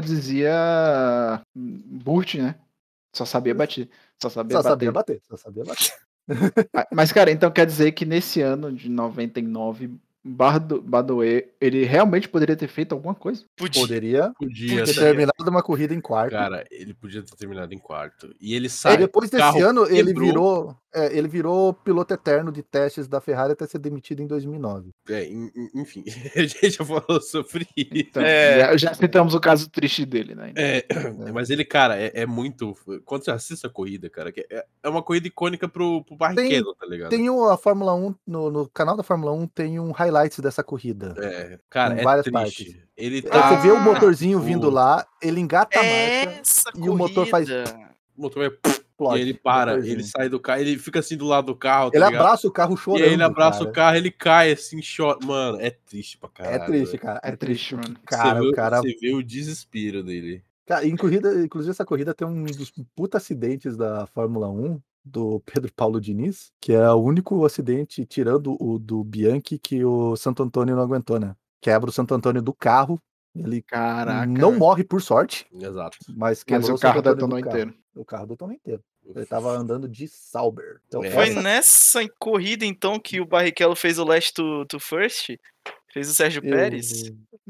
dizia Burt, né? Só sabia bater. Só sabia Só bater. sabia bater, só sabia bater. Ah, Mas, cara, então quer dizer que nesse ano de noventa e nove, Bardo, Badoer, ele realmente poderia ter feito alguma coisa? Podia. Poderia Podia ter ser. terminado uma corrida em quarto. Cara, ele podia ter terminado em quarto. E ele Aí sai. depois desse carro ano, ele quebrou. virou, é, ele virou piloto eterno de testes da Ferrari até ser demitido em dois mil e nove. É, en- en- enfim, a gente já falou sobre isso. Então, É. já, já citamos o caso triste dele, né? É, mas ele, cara, é, é muito. Quando você assiste a corrida, cara, que é, é uma corrida icônica pro, pro Barrichello, tá ligado? Tem o, a Fórmula um, no, no canal da Fórmula um tem um highlights dessa corrida. É, cara, Com é várias triste. partes. Ele Aí tá. você vê o Ah, motorzinho o- vindo lá, ele engata a marcha, Essa e o motor faz- corrida. O motor vai. explode. E ele para, motorzinho. ele sai do carro, ele fica assim do lado do carro, tá Ele ligado? abraça o carro E chorando. aí ele abraça cara. o carro, ele cai assim, chora. Mano, é triste pra É caralho. triste, velho. cara. É triste, porque, mano. Cara, você, vê, o cara. você vê o desespero dele. Cara, em corrida, inclusive essa corrida tem um dos puta acidentes da Fórmula um, do Pedro Paulo Diniz, que é o único acidente, tirando o do Bianchi, que o Santo Antônio não aguentou, né? Quebra o Santo Antônio do carro, ele Caraca. não morre por sorte, Exato. mas quebrou Mas o Santo carro Antônio detonou do carro. inteiro. O carro detonou inteiro. Ele tava andando de Sauber. Então, É. Foi essa- nessa corrida, então, que o Barrichello fez o last to, to first? Fez o Sérgio Eu- Pérez?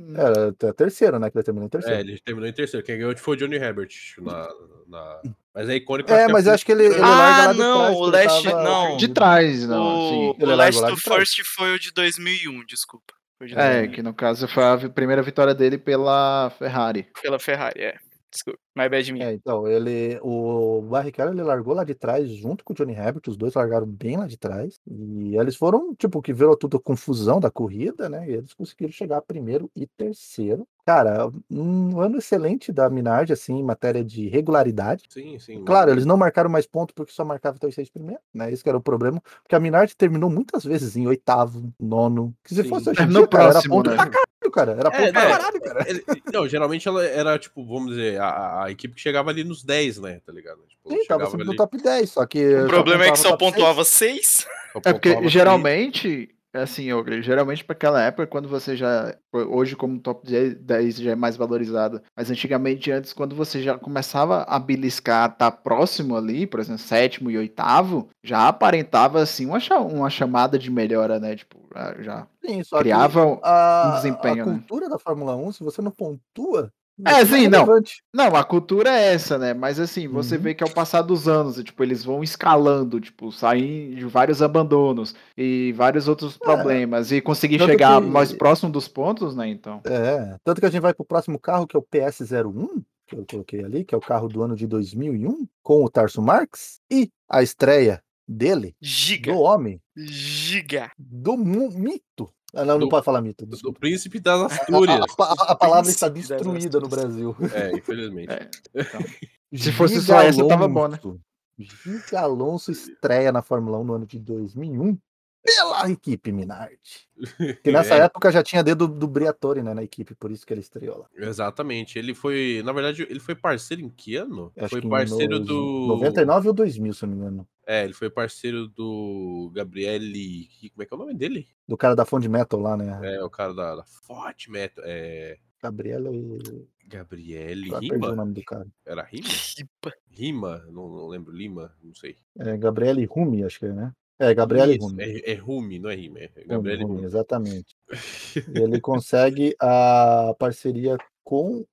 É, a terceira, né? Que ele terminou em É, terceiro. ele terminou em terceiro. Quem ganhou foi o Johnny Herbert. Na, na... Mas é icônico. É, mas acho que ele, ele larga Ah, lá de não, trás. o que ele Last- tava não. perdido. De trás, não, O, sim. Ele o largou Last lá to de trás. First foi o de dois mil e um, desculpa. Foi de É, dois mil e um. que no caso foi a vi- primeira vitória dele pela Ferrari. Pela Ferrari, é. Desculpa, my bad me. É, então, ele, o Barrichello, ele largou lá de trás junto com o Johnny Herbert, os dois largaram bem lá de trás, e eles foram, tipo, que virou tudo a confusão da corrida, né, e eles conseguiram chegar primeiro e terceiro. Cara, um ano excelente da Minardi, assim, em matéria de regularidade. Sim, sim. Claro, eles não marcaram mais pontos porque só marcava até os seis primeiros, né? Esse que era o problema. Porque a Minardi terminou muitas vezes em oitavo, nono. Que se Sim. fosse hoje em No dia, cara, era próximo, ponto né? pra caralho, cara. Era ponto É, pra é. caralho, cara. Ele- não, geralmente ela era, tipo, vamos dizer, a, a equipe que chegava ali nos dez, né? Tá ligado? Tipo, Sim, tava chegava sempre ali. no top dez, só que. O problema é que só pontuava top pontuava seis. só É porque pontuava geralmente, assim, Ogre, geralmente para aquela época, quando você já. Hoje, como top dez já é mais valorizado, mas antigamente, antes, quando você já começava a beliscar, tá próximo ali, por exemplo, sétimo e oitavo, já aparentava, assim, uma, cha- uma chamada de melhora, né? Tipo, já- já Sim, só criava um que a, desempenho, a né? cultura da Fórmula um, se você não pontua, É, você sim, não. relevante. Não, a cultura é essa, né? Mas assim, você Uhum. vê que ao passar dos anos, tipo, eles vão escalando, tipo, saem de vários abandonos e vários outros problemas e conseguir tanto chegar que- mais próximo dos pontos, né? Então. É, tanto que a gente vai pro próximo carro, que é o P S zero um, que eu coloquei ali, que é o carro do ano de dois mil e um, com o Tarso Marx, e a estreia dele, Giga. do homem, Giga. do mu- mito. Ah, não, não Do- pode falar mito, Do desculpa. príncipe das A, Astúrias. a- a- a palavra está Príncipe das destruída no Astúrias. Brasil. É, infelizmente. É, então. Se fosse só Giga essa, tava bom, né? Alonso. Giga Alonso estreia na Fórmula um no ano de dois mil e um pela equipe Minardi. Que nessa É, época já tinha dedo do Briatore, né, na equipe, por isso que ele estreou lá. Exatamente. Ele foi. Na verdade, ele foi parceiro em que ano? Eu acho Foi que parceiro nos do. noventa e nove ou dois mil, se eu não me engano. É, ele foi parceiro do Gabriele. Como é que é o nome dele? Do cara da Fond Metal lá, né? É, o cara da, da Forte Metal. É. Gabriela e... Gabriele Ah, perdi o Rima? nome do cara. Era Rima? Ripa. Rima? Não, não lembro. Lima? Não sei. É Gabriele Rumi, acho que é, né? É, Gabriele Isso, Rumi. é, é Rumi, não é Rima. É Rumi, Gabriele Rumi, Rumi. exatamente. E ele consegue a parceria com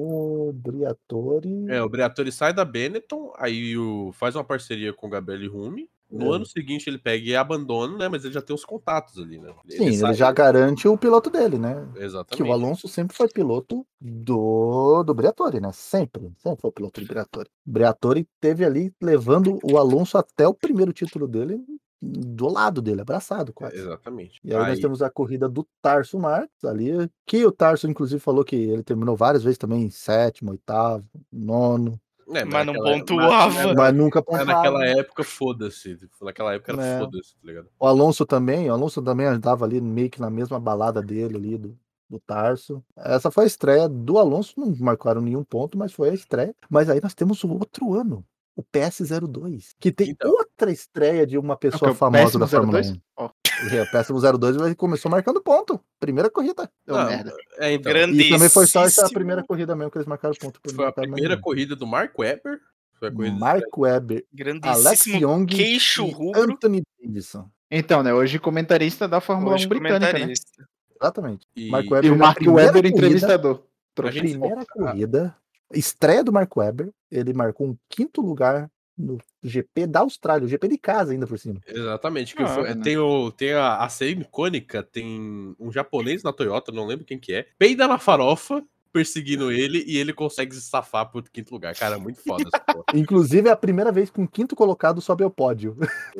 o Briatore. É, o Briatore sai da Benetton, aí o, faz uma parceria com o Gabriele Rumi. No É. ano seguinte ele pega e abandona, né? Mas ele já tem os contatos ali, né? Sim, ele, sai- já garante o piloto dele, né? Exatamente. Que o Alonso sempre foi piloto do, do Briatore, né? Sempre, sempre foi piloto do Briatore. Briatore teve ali levando o Alonso até o primeiro título dele do lado dele, abraçado quase. Exatamente. E aí, nós temos a corrida do Tarso Marx ali, que o Tarso inclusive falou que ele terminou várias vezes também em sétimo, oitavo, nono, É, Mas não naquela- pontuava. Mas, mas nunca mas pontuava. naquela época, foda-se. Naquela época era É. foda-se, tá ligado? O Alonso também, o Alonso também andava ali meio que na mesma balada dele ali, do, do Tarso. Essa foi a estreia do Alonso, não marcaram nenhum ponto, mas foi a estreia. Mas aí nós temos o outro ano, o P S zero dois, que tem Então. outra estreia de uma É o que, pessoa o famosa péssimo da Fórmula zero dois? um. Ó, É, o P S zero dois ele começou marcando ponto, primeira corrida. deu Não, merda. É, então. Grande- E também foi só essa Grandíssimo. primeira corrida mesmo que eles marcaram ponto. depois não Foi a marcaram mais primeira nenhuma. corrida do Mark Webber. Foi a corrida Mark Webber, Alex Grandíssimo Young queixo e rubro. Anthony Davidson. Então, né? Hoje comentarista da Fórmula Hoje um britânica, né? comentarista. Exatamente. E- Mark E Webber o na Mark primeira Webber, corrida- entrevistador. A gente- Primeira corrida, estreia do Mark Webber, ele marcou um quinto lugar no G P da Austrália, o G P de casa ainda por cima. Exatamente. Que Ah, foi- né? tem o, tem a, a cena icônica, tem um japonês na Toyota, não lembro quem que é, peida na farofa, perseguindo ele, e ele consegue se safar pro quinto lugar. Cara, muito foda essa porra. Inclusive, é a primeira vez que um quinto colocado sobe ao pódio.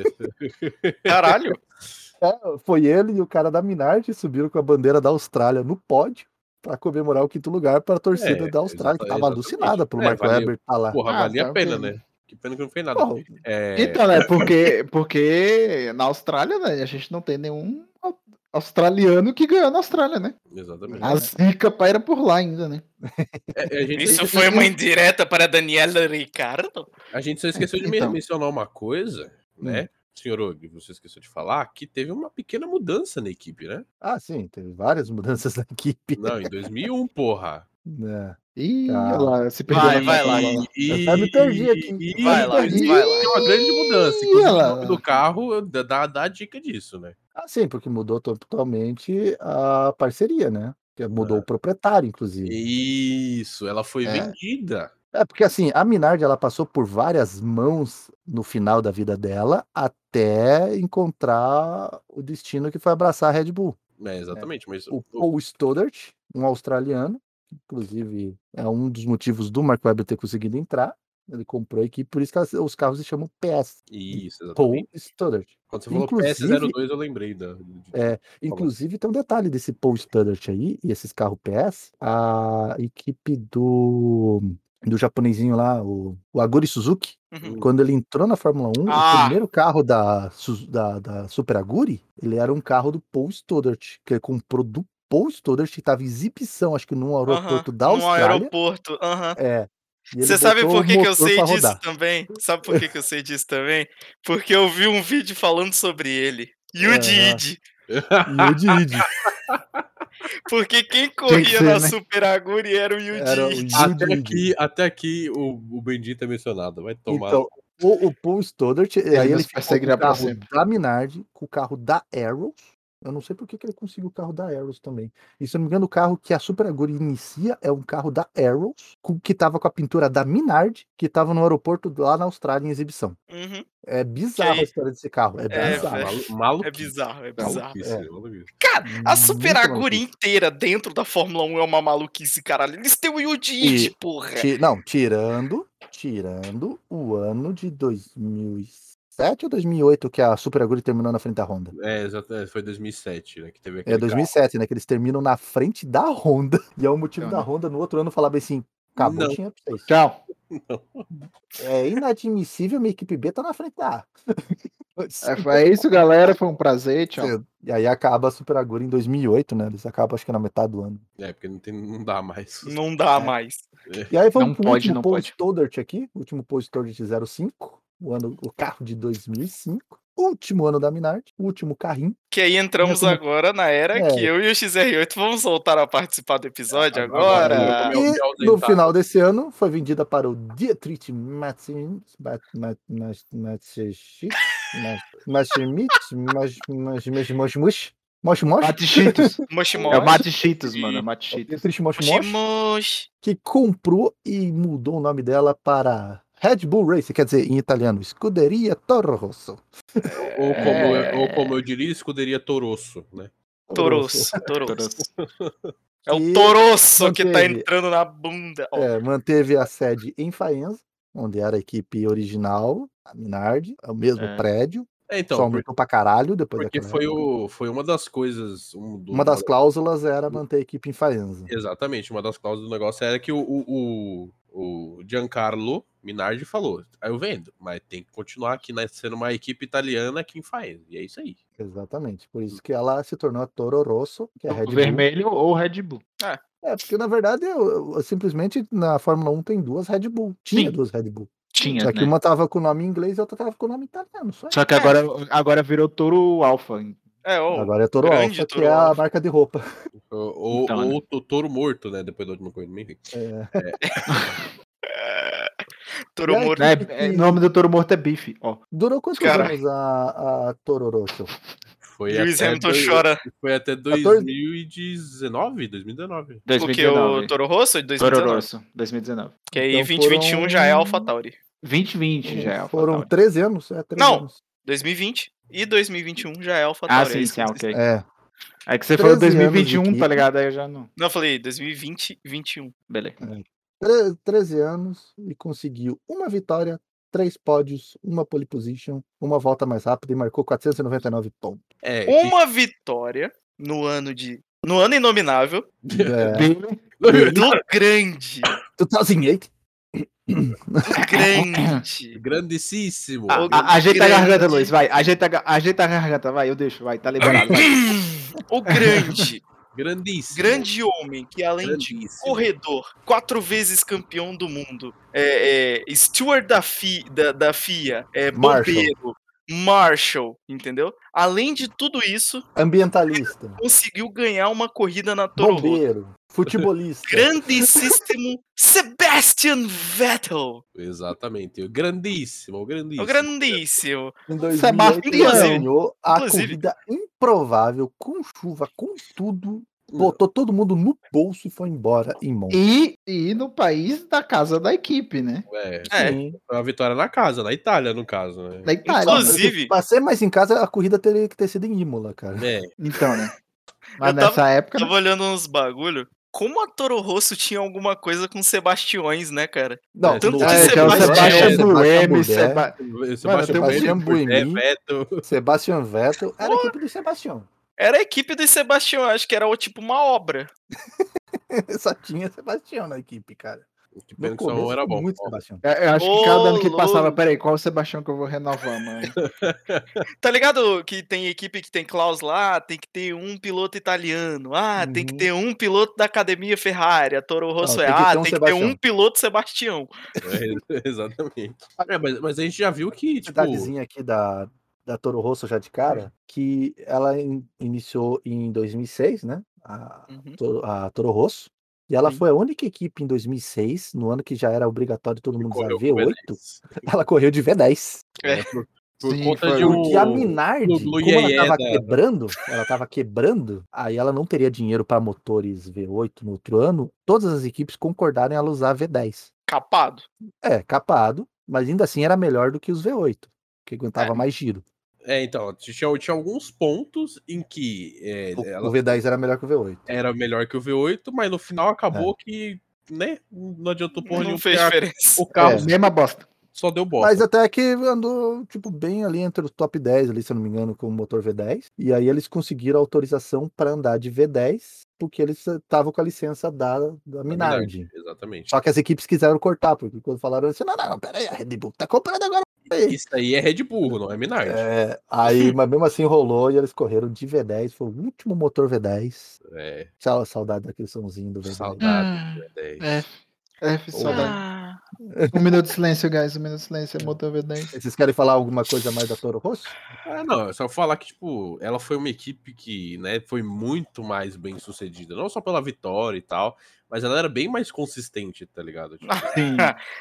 Caralho. É, foi ele e o cara da Minardi subiram com a bandeira da Austrália no pódio para comemorar o quinto lugar para a torcida É, da Austrália, que exata- estava exatamente. alucinada pelo É, Mark valia- Webber estar lá. Porra, Ah, valia tá, a pena, ok. né? Que pena que não fez nada. Porra, É, Então, né? Porque, porque na Austrália, né? A gente não tem nenhum australiano que ganhou na Austrália, né? Exatamente. A zica paira por lá ainda, né? É, a, gente, Isso foi uma indireta para Daniela Ricardo? a gente só esqueceu de men- Então. mencionar uma coisa, né? Senhor Og, você esqueceu de falar que teve uma pequena mudança na equipe, né? Ah, sim, teve várias mudanças na equipe. Não, em dois mil e um, porra. É. Ih, Cara. olha lá, se perdeu. Vai, na vai lá. Fórmula. E, Eu até me perdi aqui. e- Vai lá, e- vai lá. Tem uma grande mudança. Ih, Inclusive, olha o lá. nome do carro dá, dá a dica disso, né? Ah, sim, porque mudou totalmente a parceria, né? Que mudou o proprietário, inclusive. Isso, ela foi É. vendida. É, porque assim, a Minardi ela passou por várias mãos no final da vida dela até encontrar o destino que foi abraçar a Red Bull. É, exatamente, mas O o- Paul Stoddart, um australiano, que inclusive é um dos motivos do Mark Webber ter conseguido entrar. Ele comprou a equipe, por isso que elas- os carros se chamam P S. Isso, Paul exatamente. Stoddart. Quando você falou P S zero Inclusive, dois, eu lembrei da. de- de- é, inclusive tem um detalhe desse Paul Stoddart aí, e esses carros P S, a equipe do, do japonesinho lá, o, o Aguri Suzuki, Uhum. quando ele entrou na Fórmula um, Ah. o primeiro carro da, Su- da, da Super Aguri, ele era um carro do Paul Stoddart, que ele comprou do Paul Stoddart, que estava em exibição, acho que num aeroporto Aham, da num Austrália. aeroporto. Aham. É. E ele Você sabe botou por o que, que eu motor sei pra disso rodar. também? Sabe por que, que eu sei disso também? Porque eu vi um vídeo falando sobre ele. Yuji Aham. Ide. E o Didi. Porque quem que corria ser, na né? Super Aguri era o Yuji Era o Ide. Até Yuji. aqui, até aqui o, o bendito é mencionado. Vai tomar. Então, o, o Paul Stoddart, aí ele nos ficou com perseguirá o pra carro sempre. da Minardi, com o carro da Arrows. Eu não sei por que, que ele conseguiu o carro da Arrows também. E se eu não me engano, o carro que a Super Aguri inicia é um carro da Arrows, com- que tava com a pintura da Minardi, que tava no aeroporto lá na Austrália em exibição. Uhum. É bizarro aí- a história desse carro. É É, bizarro. velho. Malu- maluquice. É bizarro, é bizarro. Maluquice, É. maluquice. Cara, a Super Muito Aguri maluquice. inteira dentro da Fórmula um é uma maluquice, caralho. Eles têm o Yuji Ide, E- porra. Ti- Não, tirando, tirando o ano de dois mil e sete ou dois mil e oito que a Super Aguri terminou na frente da Honda. É, exatamente. Foi dois mil e sete, né? Que teve aquele É dois mil e sete, né? Que eles terminam na frente da Honda. E é o motivo Então, da né? Honda no outro ano falar bem assim: acabou, Não. tinha pra vocês. Tchau. É inadmissível minha equipe B tá na frente da A. É, foi isso, galera. Foi um prazer. Tchau. E aí acaba a Super Aguri em dois mil e oito, né? Eles acabam acho que na metade do ano. É, porque não, tem, não dá mais. Não dá É. mais. E aí vamos Não pro pode, último não Paul pode. Stoddart aqui, o último Paul Stoddart zero cinco, o, ano, o carro de dois mil e cinco, último ano da Minardi, último carrinho. Que aí entramos Como- agora na era É. que eu e o X R oito vamos voltar a participar do episódio Agora, agora. agora. Meu E Deus, no ausentado. final desse ano foi vendida para o Dietrich Mateschitz, Moshmush, Moshmush, Mate-Cheetos. Moshi É o Moshi. Mate-Cheetos, mano. É Mate-Cheetos. Dietrich Moshi Moshmush, Moshi. que comprou e mudou o nome dela para Red Bull Racing, quer dizer, em italiano, Scuderia Toro Rosso. Ou, como, É. eu- ou como eu diria, escuderia Torosso, né? Toroço. Toroço. É o Que Toroço que tá manteve- entrando na bunda. Ó, É, manteve a sede em Faenza, onde era a equipe original, a Minardi, é o mesmo É. prédio, É, só então, por- aumentou pra caralho depois porque daquela foi, época. o, foi uma das coisas. Um, do- Uma das cláusulas era manter a equipe em Faenza. Exatamente, uma das cláusulas do negócio era que o, o, o, o Giancarlo Minardi falou: aí eu vendo, mas tem que continuar aqui né, sendo uma equipe italiana aqui em Faenza. E é isso aí. Exatamente, por isso que ela se tornou a Toro Rosso, que é a Red Bull. Vermelho ou Red Bull. É, porque na verdade, eu, eu- simplesmente na Fórmula um tem duas Red Bull. Tinha Sim. duas Red Bull. Tinha, Só que né? uma tava com o nome em inglês e a outra tava com o nome italiano. Só, Só que agora, agora virou Toro Alfa. é, ó. agora é Toro grande Alfa, que Toro é a Alfa. marca de roupa. Ou, ou, Então, né? ou o touro morto, né? Depois da última coisa. Enfim. É. Toro E aí, Morto. Né? que- É, o nome do Toro Morto é Bife. Ó. Durou quantos Cara. anos a, a Toro Rosso? Foi Lewis até Hamilton dois- chora. Foi até quatorze? dois mil e dezenove? dois mil e dezenove. Porque dois mil e dezenove. o Toro Rosso é de Toro dois mil e dezenove. Rosso, dois mil e dezenove. Que aí Então vinte e vinte e um já é foram- AlphaTauri. vinte e vinte já é Alfa. Foram treze anos. É, treze Não. anos. dois mil e vinte e dois mil e vinte e um já é Ah, AlphaTauri. é sim, isso sim, que eu ok. disse. É. É que você falou treze dois mil e vinte e um, anos de tá equipe. ligado? Aí eu já não. Não, eu falei dois mil e vinte e vinte e um. Beleza. Tre- treze anos e conseguiu uma vitória, três pódios, uma pole position, uma volta mais rápida e marcou quatrocentos e noventa e nove pontos. É, que- Uma vitória no ano de. No ano inominável É, Dele. do grande. dois mil e oito. Do grande. grandíssimo. Ah, A- Ajeita a grande. garganta, Luiz. Vai, ajeita, a ga- ajeita a garganta, vai, eu deixo, vai, tá liberado. Vai. O grande. Grandíssimo. Grande homem que, além de Grandíssimo. corredor, quatro vezes campeão do mundo, é, é, steward da, F I, da, da F I A, é, Marshall. bombeiro, Marshall, entendeu? Além de tudo isso, Ambientalista, conseguiu ganhar uma corrida na Toro Rosso. bombeiro, futebolista. Grandíssimo Sebastian Vettel. Exatamente. O grandíssimo, o O grandíssimo. grandíssimo. Em dois mil e oito ele Sebastião. ganhou a Inclusive. corrida improvável, com chuva, com tudo. Botou todo mundo no bolso e foi embora em Monza. E, e no país da casa da equipe, né? É, É. Sim. foi uma vitória na casa, na Itália, no caso, né? Na Itália. Inclusive- Pra ser mais em casa, a corrida teria que ter sido em Imola, cara. É, Então, né? Mas Eu tava- nessa época. Tava olhando uns bagulho. Como a Toro Rosso tinha alguma coisa com Sebastiões, né, cara? Não, Tanto no- que É, Sebastião- que é o Sebastião É, Buemi, Sebastião Seba... Sebastião tem um Sebastião Buemi, Buemi. Vettel. Sebastian Vettel era a equipe do Sebastião. Era a equipe do Sebastião, acho que era o tipo uma obra. Só tinha Sebastião na equipe, cara. Que No pena que só começo um era foi bom. muito Ó, Sebastião. É, Eu acho Ô, que cada ano que passava, louco. peraí, qual o Sebastião que eu vou renovar, mano? Tá ligado que tem equipe que tem cláusula, ah, tem que ter um piloto italiano, ah, tem que Uhum. ter um piloto da academia Ferrari, a Toro Rosso Não, é, tem que ah, ter um tem que ter Sebastião. um piloto Sebastião. É, exatamente. É, mas, mas a gente já viu que, tipo, Cidadezinha aqui da, da Toro Rosso já de cara, que ela in- iniciou em dois mil e seis, né? A, Uhum. Toro- a Toro Rosso. E ela Sim. foi a única equipe em dois mil e seis, no ano que já era obrigatório todo mundo usar correu com V oito, ela correu de V dez. É. por, por Sim, conta foi. de um... Porque a Minardi, do- do como ela iê-iê tava da- quebrando, ela tava quebrando, aí ela não teria dinheiro para motores V oito no outro ano, todas as equipes concordaram em ela usar V dez. Capado. É, capado, mas ainda assim era melhor do que os V oito, que aguentava É. mais giro. É, então, tinha, tinha alguns pontos em que é, O, ela o V dez era melhor que o V oito. era melhor que o V oito, mas no final acabou que, né, não adiantou porra Não nenhuma, fez porque a- diferença. o carro É. Mesma bosta. só deu bosta. Mas até que andou, tipo, bem ali entre os top dez, ali, se eu não me engano, com o motor V dez. E aí eles conseguiram autorização para andar de V dez, porque eles estavam com a licença da, da Da Minardi. Exatamente. Só que as equipes quiseram cortar, porque quando falaram assim, não, não, peraí, a Red Bull tá comprando agora. Aí, Isso aí é Red Bull, não é Minardi. é, aí, mas mesmo assim rolou e eles correram de V dez, foi o último motor V dez. É, Tchau, saudade daquele somzinho do V dez. saudade do V dez. É, F, saudade. Ah, Um minuto de silêncio, guys. Um minuto de silêncio, é motor V dez. Vocês querem falar alguma coisa mais da Toro Rosso? Ah, não, é só falar que, tipo, ela foi uma equipe que, né, foi muito mais bem sucedida. Não só pela vitória e tal, mas ela era bem mais consistente, tá ligado? Tipo, Sim.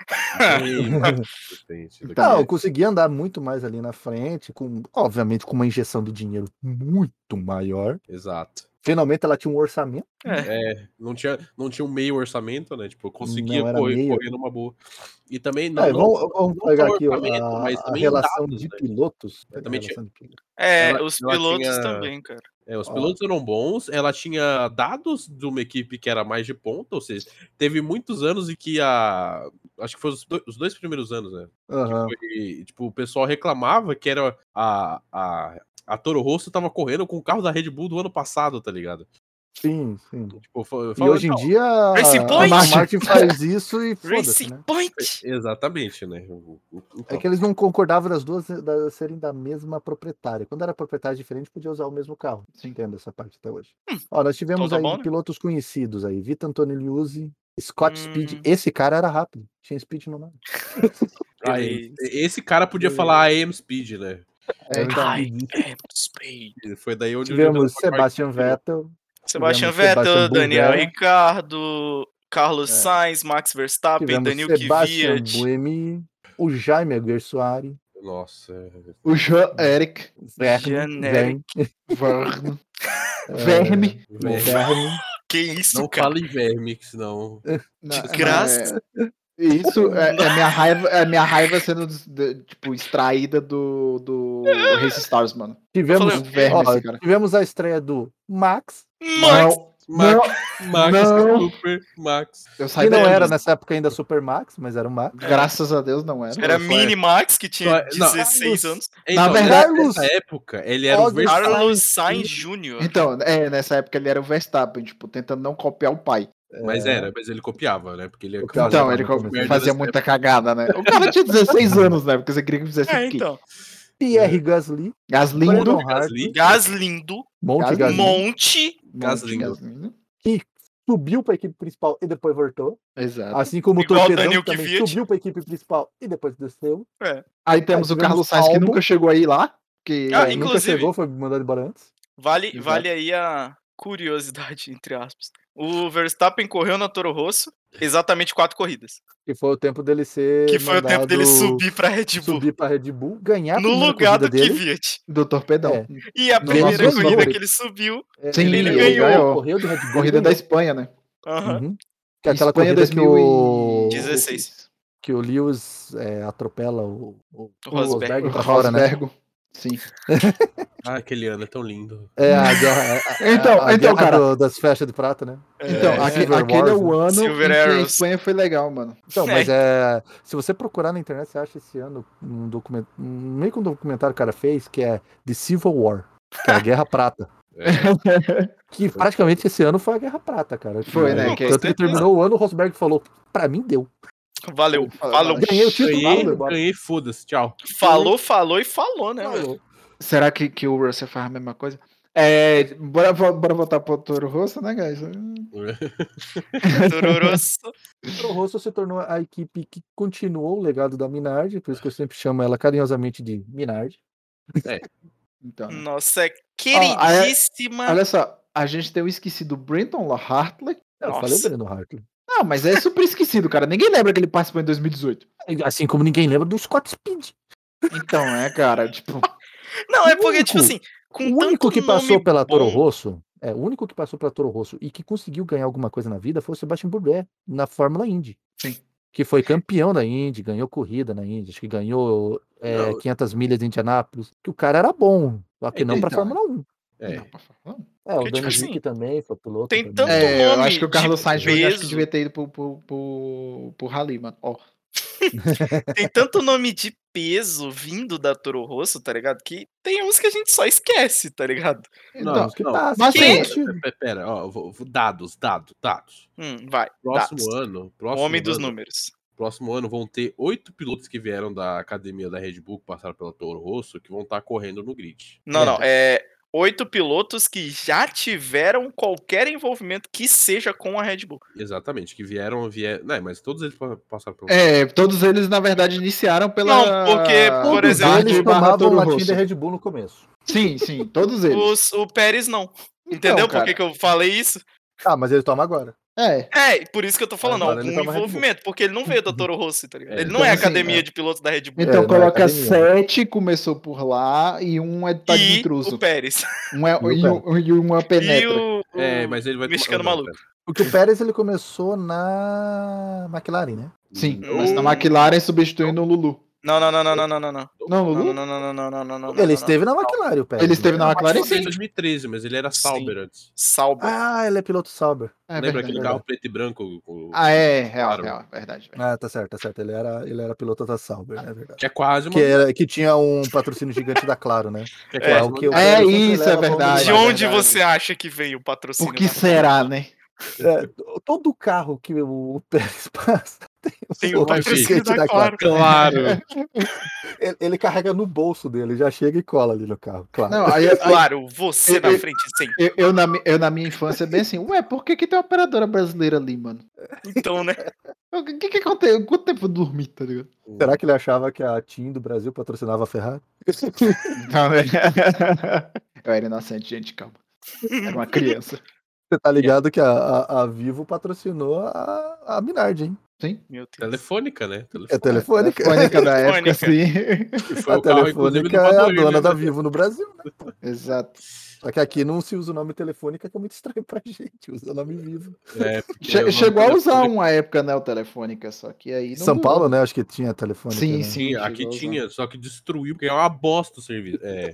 bem mais consistente. do que- Não, eu consegui andar muito mais ali na frente, com, obviamente com uma injeção de dinheiro muito maior. Exato. Finalmente ela tinha um orçamento. É, não tinha, não tinha um meio orçamento, né? Tipo, eu conseguia Não era correr, meio. correr numa boa. E também, não, É, não, vamos não vamos só pegar aqui ó, orçamento, a, mas a também relação dados, de né? pilotos. Eu Pega a também relação de pilotos. é, Ela- os ela pilotos tinha- também, cara. É, os Ó. pilotos eram bons, ela tinha dados de uma equipe que era mais de ponta, ou seja, teve muitos anos em que a. Acho que foi os dois, os dois primeiros anos, né? Aham. Foi, tipo, o pessoal reclamava que era a, a, a Toro Rosso tava correndo com o carro da Red Bull do ano passado, tá ligado? Sim, sim. Tipo, foi, E falava, hoje em não, dia Racing a Point! Martin faz isso e foda-se, Racing né? Point! exatamente, né? Então, É que eles não concordavam das duas da- serem da mesma proprietária. Quando era proprietária diferente, podia usar o mesmo carro. Entendo essa parte até hoje. Ó, nós tivemos então tá aí bom, né? pilotos conhecidos aí. Vitor Antoniuzzi, Scott Hum. Speed. Esse cara era rápido. Tinha speed no nome. ah, Beleza. esse cara podia falar A M Speed, né? É, então. Ai, é, speed. Foi daí onde Tivemos o Sebastian Vettel. Sebastian Tivemos Vettel, Sebastian Daniel Bullrich. Ricardo, Carlos É. Sainz, Max Verstappen, Tivemos Daniel Sebastian Kvyat. Buemi. O Jaime Alguersuari. Nossa, é- O João Eric Verne. Jean-Eric. Verne. É, Verme. Verme. Verne. Que isso, Não cara? fala em verme, que senão. Não, Desgraça. não, é- Isso é, é minha raiva, é minha raiva sendo de- tipo extraída do do Race Stars, mano. Tivemos, falei, verme ó, esse cara. tivemos a estreia do Max. Max. Não, Max, não, Max, não. Super, Max. eu Que saí não daqui. era nessa época ainda Super Max, mas era o Max. Graças a Deus não era. Era Só é- Mini Max, que tinha só é- não, dezesseis Carlos- anos. Então, verdade- nessa época, ele era o August- Verstappen. Carlos Sainz Sainz Júnior. Então, é, nessa época ele era o Verstappen, tipo, tentando não copiar o pai. Mas era, mas ele copiava, né? Porque ele Copiava. Então, já ele no co- começo. Merda fazia dessa muita cagada, né? O cara tinha dezesseis anos, né? Porque você queria que fizesse É, o quê? então. Pierre Gasly. Gaslindo. Brandon Hartley. Gasly. Gaslindo. Monte Gasly. Gasly. Monte. Gaslindo. Gaslindo. Que subiu pra equipe principal e depois voltou. Exato. Assim como o Igual o Torpedão Daniel também Kvyat. subiu pra equipe principal e depois desceu. Aí temos Aí o Carlos tivemos Sainz que Albon. nunca chegou aí lá. Que Ah, É, nunca inclusive- chegou, foi mandado embora antes. Vale, Exato. vale aí a curiosidade, entre aspas. O Verstappen correu na Toro Rosso exatamente quatro corridas. Que foi o tempo dele ser Que foi o tempo dele mandado subir pra Red Bull. subir pra Red Bull, ganhar a No primeira lugar corrida do dele. Kvyat. do Torpedão. É. E a No primeira nosso corrida favorito. que ele subiu. É, Sim, ele ele ganhou. ganhou. Correu de Red Bull. Corrida ele da ganhou. Espanha, né? Aham. Uhum. Que é aquela Espanha corrida que o... dezesseis. que o Lewis é, atropela o, o, O Rosberg. pra fora, né? Rosbergo. Sim. Ah, aquele ano é tão lindo. É a guerra, a- a- Então- a então, guerra cara. do- das festas de prata, né? Então, É, aque- Silver aquele é Wars, o né? ano Silver em que a Arrows. Espanha foi legal, mano. Então, mas é. Se você procurar na internet, você acha esse ano um documento. Meio que um documentário que o cara fez, que é The Civil War, que é a Guerra Prata. Que praticamente esse ano foi a Guerra Prata, cara. Foi, né? Tanto Que- que, certeza. terminou o ano, o Rosberg falou: pra mim deu. Valeu, Fala- falou. Ganhei o título, Ganhei, valeu, embora. ganhei, foda-se, tchau. Falou, falou e falou, né, velho? Falou. Será que, que o Russell faz a mesma coisa? É, bora, vo- bora voltar pro Toro Rosso, né, guys? Turorosso. O Rosso se tornou a equipe que continuou o legado da Minardi, por isso que eu sempre chamo ela carinhosamente de Minardi. Então, né? Nossa Ah, queridíssima. Olha só, a gente tem o esquecido Brenton Hartley. Eu Nossa. falei o Breno Hartley. Não, mas é super esquecido, cara. Ninguém lembra que ele participou em dois mil e dezoito. Assim como ninguém lembra do Scott Speed. Então, é, cara, tipo... Não, é O porque, tipo único- assim, com O único tanto que passou nome pela Toro bom- Rosso, é, o único que passou pela Toro Rosso e que conseguiu ganhar alguma coisa na vida foi o Sebastian Bourdais na Fórmula Indy. Sim. Que foi campeão da Indy, ganhou corrida na Indy, acho que ganhou é, Não. quinhentas milhas de Indianápolis. Que o cara era bom, só que não pra Então, Fórmula um. É. Não, pra falar. É, o Porque, Dani tipo Rick assim, também foi piloto. tem também. tanto É, eu nome acho que o Carlos de Sainz Júnior acho que peso. devia ter ido pro, pro, pro, pro Rally, mano. Ó. Tem tanto nome de peso vindo da Toro Rosso, tá ligado? Que tem uns que a gente só esquece, tá ligado? Não, Então, Os que não. passam, mas faz assim, sentido. Pera, pera, ó, vou- vou- dados, dados, dados. Hum, vai. Próximo dados. ano, próximo Homem dos ano, números. próximo ano vão ter oito pilotos que vieram da academia da Red Bull, que passaram pela Toro Rosso, que vão estar correndo no grid. Não, É. não. É oito pilotos que já tiveram qualquer envolvimento que seja com a Red Bull. Exatamente, que vieram, vieram. Não, mas todos eles pa- passaram pelo. É, todos eles, na verdade, iniciaram pela... Não, porque, por Todos exemplo, eles barra tomavam Toro latinha Rosso. de Red Bull no começo. Sim, sim, todos eles. Os, o Pérez não. Então, Entendeu por cara, que, que eu falei isso? Ah, mas ele toma agora. É, É, por isso que eu tô falando, Agora ele algum toma Red Bull. envolvimento, porque ele não veio da Toro Rosso, tá ligado? É, Ele não então, é assim, academia é. de pilotos da Red Bull. então não é coloca academia. sete, começou por lá, e um é tá de E intruso. o Pérez. Um é, E o e, um- e uma E penetra. o, o É, mas ele vai mexicano não, maluco. pera. Porque o Pérez ele começou na McLaren, né? Sim, Hum. mas na McLaren substituindo o Lulu. Não, não, não, não, não, não, não, não. Não, Não, Lulu? não, não, não, não, não, não, não, Ele não, esteve na McLaren, o Pérez. Ele esteve na McLaren, Ele foi em sim. dois mil e treze, mas ele era Sim. Sauber antes. Sauber. Ah, ele é piloto Sauber. É Lembra verdade, aquele verdade. carro preto e branco? com- Ah, é, real, Claro. real, verdade. verdade. Ah, tá certo, tá certo. Ele era, ele era piloto da Sauber, é verdade. Que é quase uma. Que, era, que tinha um patrocínio gigante da Claro, né? que é É, quase o uma- que o É, Pérez sempre isso, é leva pra verdade. De onde vai. onde verdade. você acha que veio o patrocínio? Por que da- será, né? É, todo carro que o Pérez passa Tem o o patrocínio gigante da Claro. Claro. Ele, ele carrega no bolso dele, já chega e cola ali no carro, claro. Não, aí, aí Claro, você Eu- na eu- frente sempre. eu, eu, na, mi- eu na minha infância, bem assim, ué, por que, que tem uma operadora brasileira ali, mano? Então, né? O que que aconteceu? Quanto tempo eu dormi, tá ligado? Será que ele achava que a Team do Brasil patrocinava a Ferrari? Não, né? Eu era inocente, gente, calma. Era uma criança. Você tá ligado que a, a, a Vivo patrocinou a, a Minardi, hein? Sim. Meu Deus. Telefônica, né? É telefônica. Telefônica da época, Telefônica. sim. Que foi A o carro, inclusive, Telefônica do é a Vadoir, dona né? da Vivo no Brasil, né? Exato. Só que aqui não se usa o nome Telefônica, que é muito estranho pra gente. Usa o nome Vivo. É, porque Che- o nome chegou a usar Telefônica- uma época, né, o Telefônica, só que aí não São durou. Paulo, né? Acho que tinha Telefônica. Sim, né? sim. Tinha, aqui chegou a usar. tinha, só que destruiu, porque é uma bosta o serviço. É,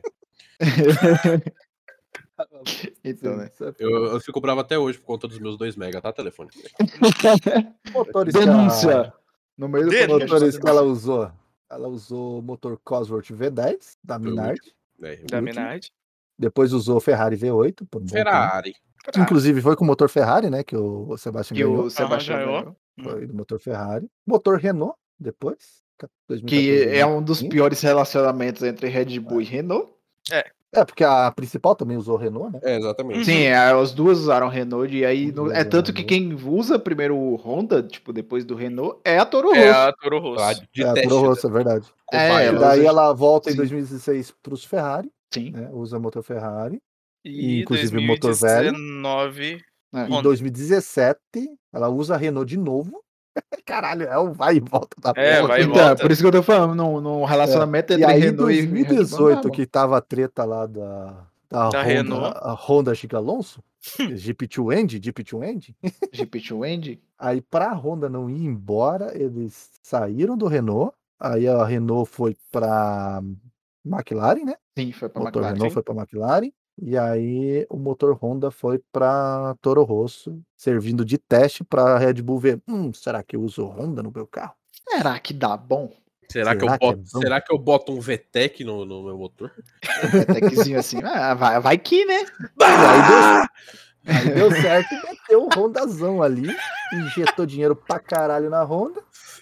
Então, né? Isso é eu, eu fico bravo até hoje por conta dos meus dois mega, tá? Telefone. Motores que a- Denúncia! No meio do Denúncia. podcast. Motores que ela usou. Ela usou o motor Cosworth V dez, da Foi o Minardi. É, Da Minardi. Depois usou o Ferrari V oito. Por um bom Ferrari. tempo. Inclusive foi com o motor Ferrari, né? Que o Sebastian Que ganhou. o Sebastião ganhou. ganhou. Foi do motor Ferrari. Motor Renault, depois. Que é dois mil e quatorze, um dos sim. piores relacionamentos entre Red Bull e Renault. É, porque a principal também usou Renault, né? É, exatamente. Sim, é, as duas usaram Renault, e aí As no- duas é tanto usaram que Renault. quem usa primeiro o Honda, tipo, depois do Renault, é a Toro É Rosso. a Toro Rosso. Lá de É, a teste, Toro né? Rosso, é verdade. É, E ela daí usa- ela volta em sim. dois mil e dezesseis para os Ferrari, Sim. né? Usa motor Ferrari. E Inclusive motor velho. dois mil e dezenove, É. Em Honda. dois mil e dezessete, ela usa a Renault de novo. Caralho, é o vai e volta da É, porra. vai e Então, volta. por isso que eu tô falando, no, no relacionamento E entre aí, em Renault e dois mil e Red Bull, não dá, dezoito, mano. que tava a treta lá da, da, Da Honda, Renault. a Honda Giga Alonso, G P dois End, G P dois End. G P dois End. Aí, pra Honda não ir embora, eles saíram do Renault. Aí a Renault foi pra McLaren, né? Sim, foi O pra motor McLaren. Renault foi pra McLaren. E aí o motor Honda foi pra Toro Rosso, servindo de teste pra Red Bull ver, hum, será que eu uso Honda no meu carro? Será que dá bom? Será, que eu Será que é boto, bom? será que eu boto um V TEC no, no meu motor? Um Peteczinho assim, ah, vai, vai que, né? E aí deu, aí deu certo e meteu o Hondazão ali, injetou dinheiro pra caralho na Honda.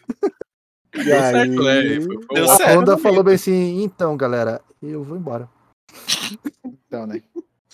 E Deu aí certo, né? Foi- foi Deu um a certo. Honda falou bem assim, então galera, eu vou embora. Então, né?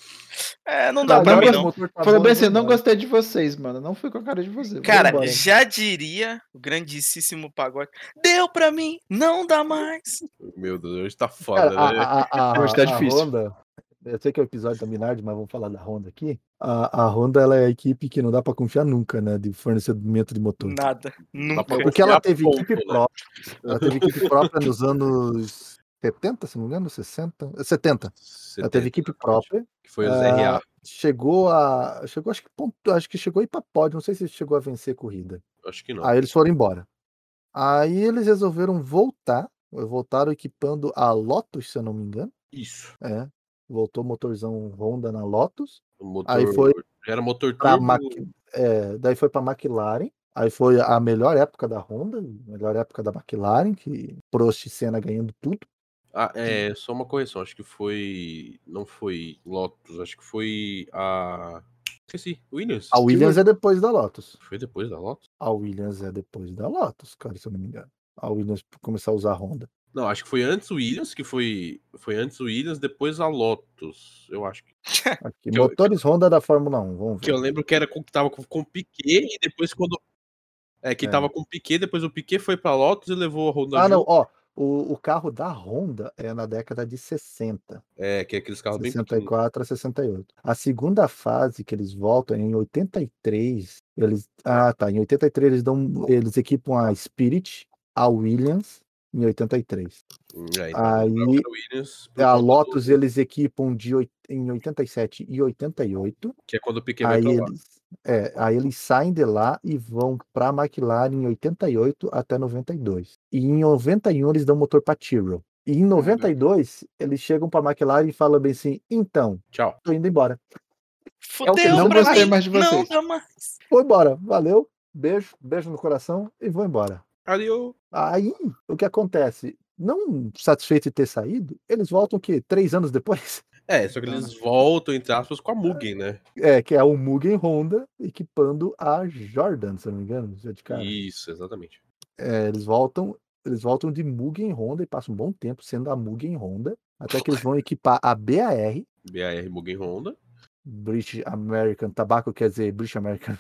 É, não dá Agora pra mim, o não. motor tá Falou bom, bem eu assim, vou não embora. gostei de vocês, mano. Não fui com a cara de vocês. vou Cara, embora. já diria o grandíssimo pagode. Deu pra mim, não dá mais. Meu Deus, hoje tá Cara, foda, a, né? a, a, Hoje tá a difícil. Honda, eu sei que é o episódio da Minardi, mas vamos falar da Honda aqui. A, a Honda ela é a equipe que não dá pra confiar nunca, né? De fornecimento de motor. Nada. Não dá Nunca. pra Porque ela confiar, teve ponto, equipe né? própria. Ela teve equipe própria nos anos setenta, se não me engano, sessenta, setenta. Ela teve equipe exatamente. própria. Que foi os R A. ah, chegou a. Chegou, acho que ponto, acho que chegou a ir pra pódio. Não sei se chegou a vencer corrida. Acho que não. Aí eles foram embora. Aí eles resolveram voltar. Voltaram equipando a Lotus, se eu não me engano. Isso. É. Voltou o motorzão Honda na Lotus. O motor, Aí foi já era motor pra turbo. Mac... é, daí foi pra McLaren. Aí foi a melhor época da Honda, a melhor época da McLaren, que Prost e Senna ganhando tudo. Ah, é, só uma correção. Acho que foi. Não foi Lotus, acho que foi a. Esqueci. Williams. A Williams é depois da Lotus. Foi depois da Lotus? A Williams é depois da Lotus, cara, se eu não me engano. A Williams começar a usar a Honda. Não, acho que foi antes o Williams, que foi. Foi antes o Williams, depois a Lotus. Eu acho que. Aqui, Que eu- motores Honda da Fórmula um, vamos Que eu ver. lembro que era com, que tava com, com o Piquet e depois quando. É, que É. tava com o Piquet, depois o Piquet foi pra Lotus e levou a Honda Ah, não, junto. ó, o, o carro da Honda é na década de sessenta. É, que é aqueles carros bem sessenta e pequenos. quatro a sessenta e oito. A segunda fase que eles voltam é em oitenta e três. Eles, ah, tá. Em oitenta e três eles dão, eles equipam a Spirit, a Williams em oitenta e três. Hum, É, então, Aí era o Williams, por a conta Lotus do- eles equipam de, oit- em oitenta e sete e oitenta e oito. que é quando o Piquet vai Aí pra lá. eles, é, aí eles saem de lá e vão para a McLaren em oitenta e oito até noventa e dois. E em noventa e um eles dão motor para Tyrrell. E em noventa e dois eles chegam para a McLaren e falam bem assim: então, Tchau. tô indo embora. Fudeu que não pra gostei mim, mais de não vocês. dá mais. Vou embora, valeu, beijo, beijo no coração e vou embora. Adeus. Aí o que acontece? Não satisfeito de ter saído, eles voltam o quê? Três anos depois? É, só que eles voltam, entre aspas, com a Mugen, né? É, que é o Mugen Honda equipando a Jordan, se eu não me engano, já de cara. Isso, exatamente. É, eles voltam, eles voltam de Mugen Honda e passam um bom tempo sendo a Mugen Honda, até que eles vão equipar a B A R, B A R Mugen Honda. British American Tobacco, quer dizer British American.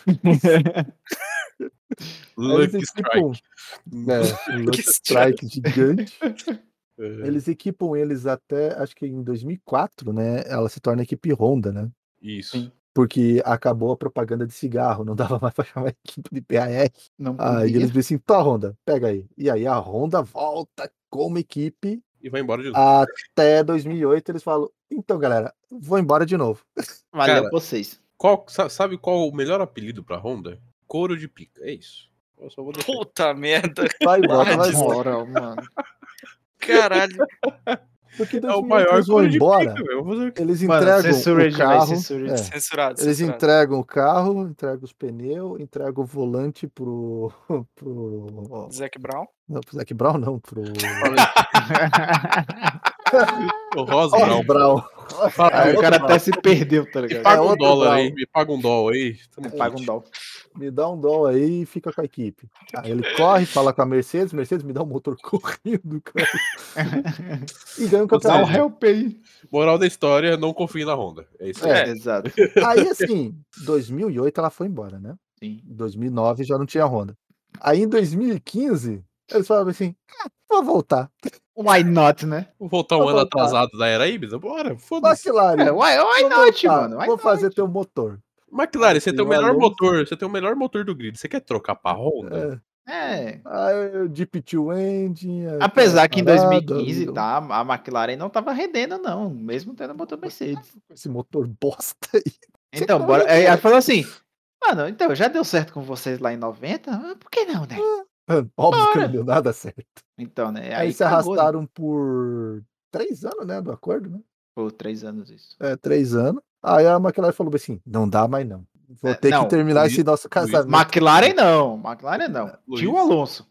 Aí eles Lucky equipam, Strike. é, Lucky Strike gigante. É, Eles equipam eles até, acho que em dois mil e quatro, né? Ela se torna equipe Honda, né? Isso. Sim. Porque acabou a propaganda de cigarro, não dava mais pra chamar a equipe de B A R. Não Aí podia. eles dizem assim, tá, Honda, pega aí. E aí a Honda volta como equipe E vai embora de novo. até dois mil e oito. Eles falam, então, galera, vou embora de novo. Valeu Cara, vocês. Qual, sa- sabe qual o melhor apelido pra Honda? Couro de pica. É isso. Eu só vou deixar. Puta merda. Vai embora, Para vai de- embora. Moral, mano. Caralho. Porque É dois o mil e oito maior eles vão couro de embora, pica, velho. Eu vou fazer o quê? eles Mano, entregam censura o de vez, carro. censura de- é, Censurado, Eles censurado. entregam o carro, entregam os pneus, entregam o volante pro. pro. Zac Brown. Não, pro Zac Brown, não, pro. O Ross Ross Brown. Brown. Fala, Aí o outro cara Brown. até se perdeu, tá Me ligado? paga É um outro dólar Brown. aí. Me paga um dólar aí. Tamo Paga um quente. dólar. me dá um dó aí e fica com a equipe. Aí ele corre, fala com a Mercedes, Mercedes me dá um motor correndo, cara. E ganha um Ou Dá um campeonato. seja, help aí. Moral da história, não confie na Honda. É isso aí. É. Exato. Aí, assim, dois mil e oito ela foi embora, né? Sim. Em dois mil e nove já não tinha Honda. Aí, em dois mil e quinze, eles falaram assim, ah, vou voltar. Why not, né? Vou voltar um Vou ano voltar. atrasado da era híbrida? Bora, foda-se. McLaren, É, why, why vou not, voltar, mano? Why vou not? fazer teu motor. McLaren, você Assim, tem o o melhor Alonso- motor, você tem o melhor motor do grid. Você quer trocar pra Honda? É, É. aí o Deep Two Engine... aquela Apesar que em dois mil e parada, quinze, o- tá, a McLaren não tava rendendo, não. Mesmo tendo motor Mercedes. Esse motor bosta aí. Então, não bora. rendeu. Aí ela falou assim: mano, então, já deu certo com vocês lá em noventa? Ah, por que não, né? Mano, óbvio que Bora. não deu nada certo. Então, né? Aí, Aí se cagou, né? arrastaram por três anos, né, do acordo, né? Por três anos isso. É, três anos. Aí a McLaren falou assim, não dá mais não. Vou É, ter não, que terminar Luiz- esse nosso Luiz casamento. McLaren não, McLaren não. Luiz. Tio Alonso.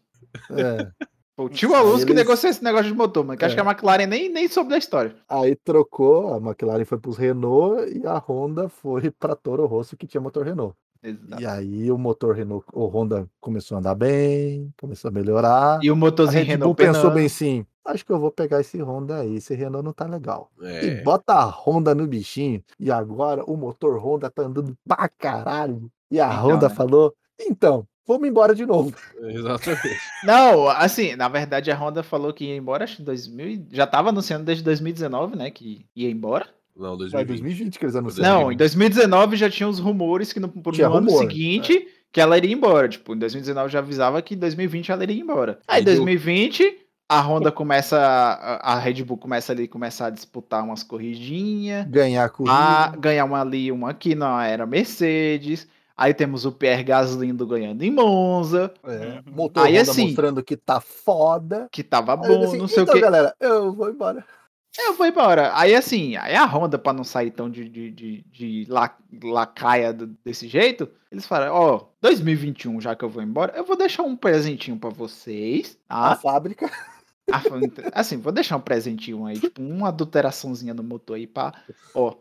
É. Foi o tio Aí Alonso que eles- negociou esse negócio de motor, mano. Que acho É. que a McLaren nem, nem soube da história. Aí trocou, a McLaren foi pros Renault e a Honda foi pra Toro Rosso, que tinha motor Renault. Exato. E aí o motor Renault, o Honda começou a andar bem, começou a melhorar. E o A motorzinho Red Bull Renault pensou penando. bem assim, acho que eu vou pegar esse Honda aí, esse Renault não tá legal. E É. bota a Honda no bichinho, e agora o motor Honda tá andando pra caralho. E a Então, Honda né? falou, então, vamos embora de novo. Exatamente. Não, assim, na verdade a Honda falou que ia embora, acho que em dois mil. e- Já tava anunciando desde dois mil e dezenove, né? Que ia embora. Não, dois mil Foi e dois vinte. mil e vinte que eles anunciaram. Não, em dois mil e dezenove já tinha os rumores que no, no Tinha ano rumor, seguinte que ela iria embora. Tipo, em dois mil e dezenove já avisava que em dois mil e vinte ela iria embora. Aí Aí em deu- dois mil e vinte a Honda começa, a a Red Bull começa ali começar a disputar umas corridinhas, Ganhar a corrida. a ganhar uma ali, uma aqui na era Mercedes. Aí temos o Pierre Gasly ganhando em Monza, É, Uhum. motor Aí, Honda assim, mostrando que tá foda. que tava Aí ele bom, assim, não sei então, o que. galera, eu vou embora. Eu vou embora. Aí assim, aí a Honda, pra não sair tão de, de, de, de la- lacaia do- desse jeito, eles falaram, ó, dois mil e vinte e um, já que eu vou embora, eu vou deixar um presentinho pra vocês, A tá? fábrica. Ah, assim, vou deixar um presentinho aí, tipo, uma adulteraçãozinha no motor aí, pá, ó.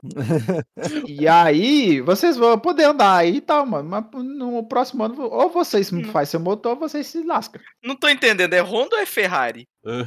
E aí, vocês vão poder andar aí e tal, mano, mas no próximo ano, ou vocês Hum. fazem seu motor, ou vocês se lascam. Não tô entendendo, é Honda ou é Ferrari?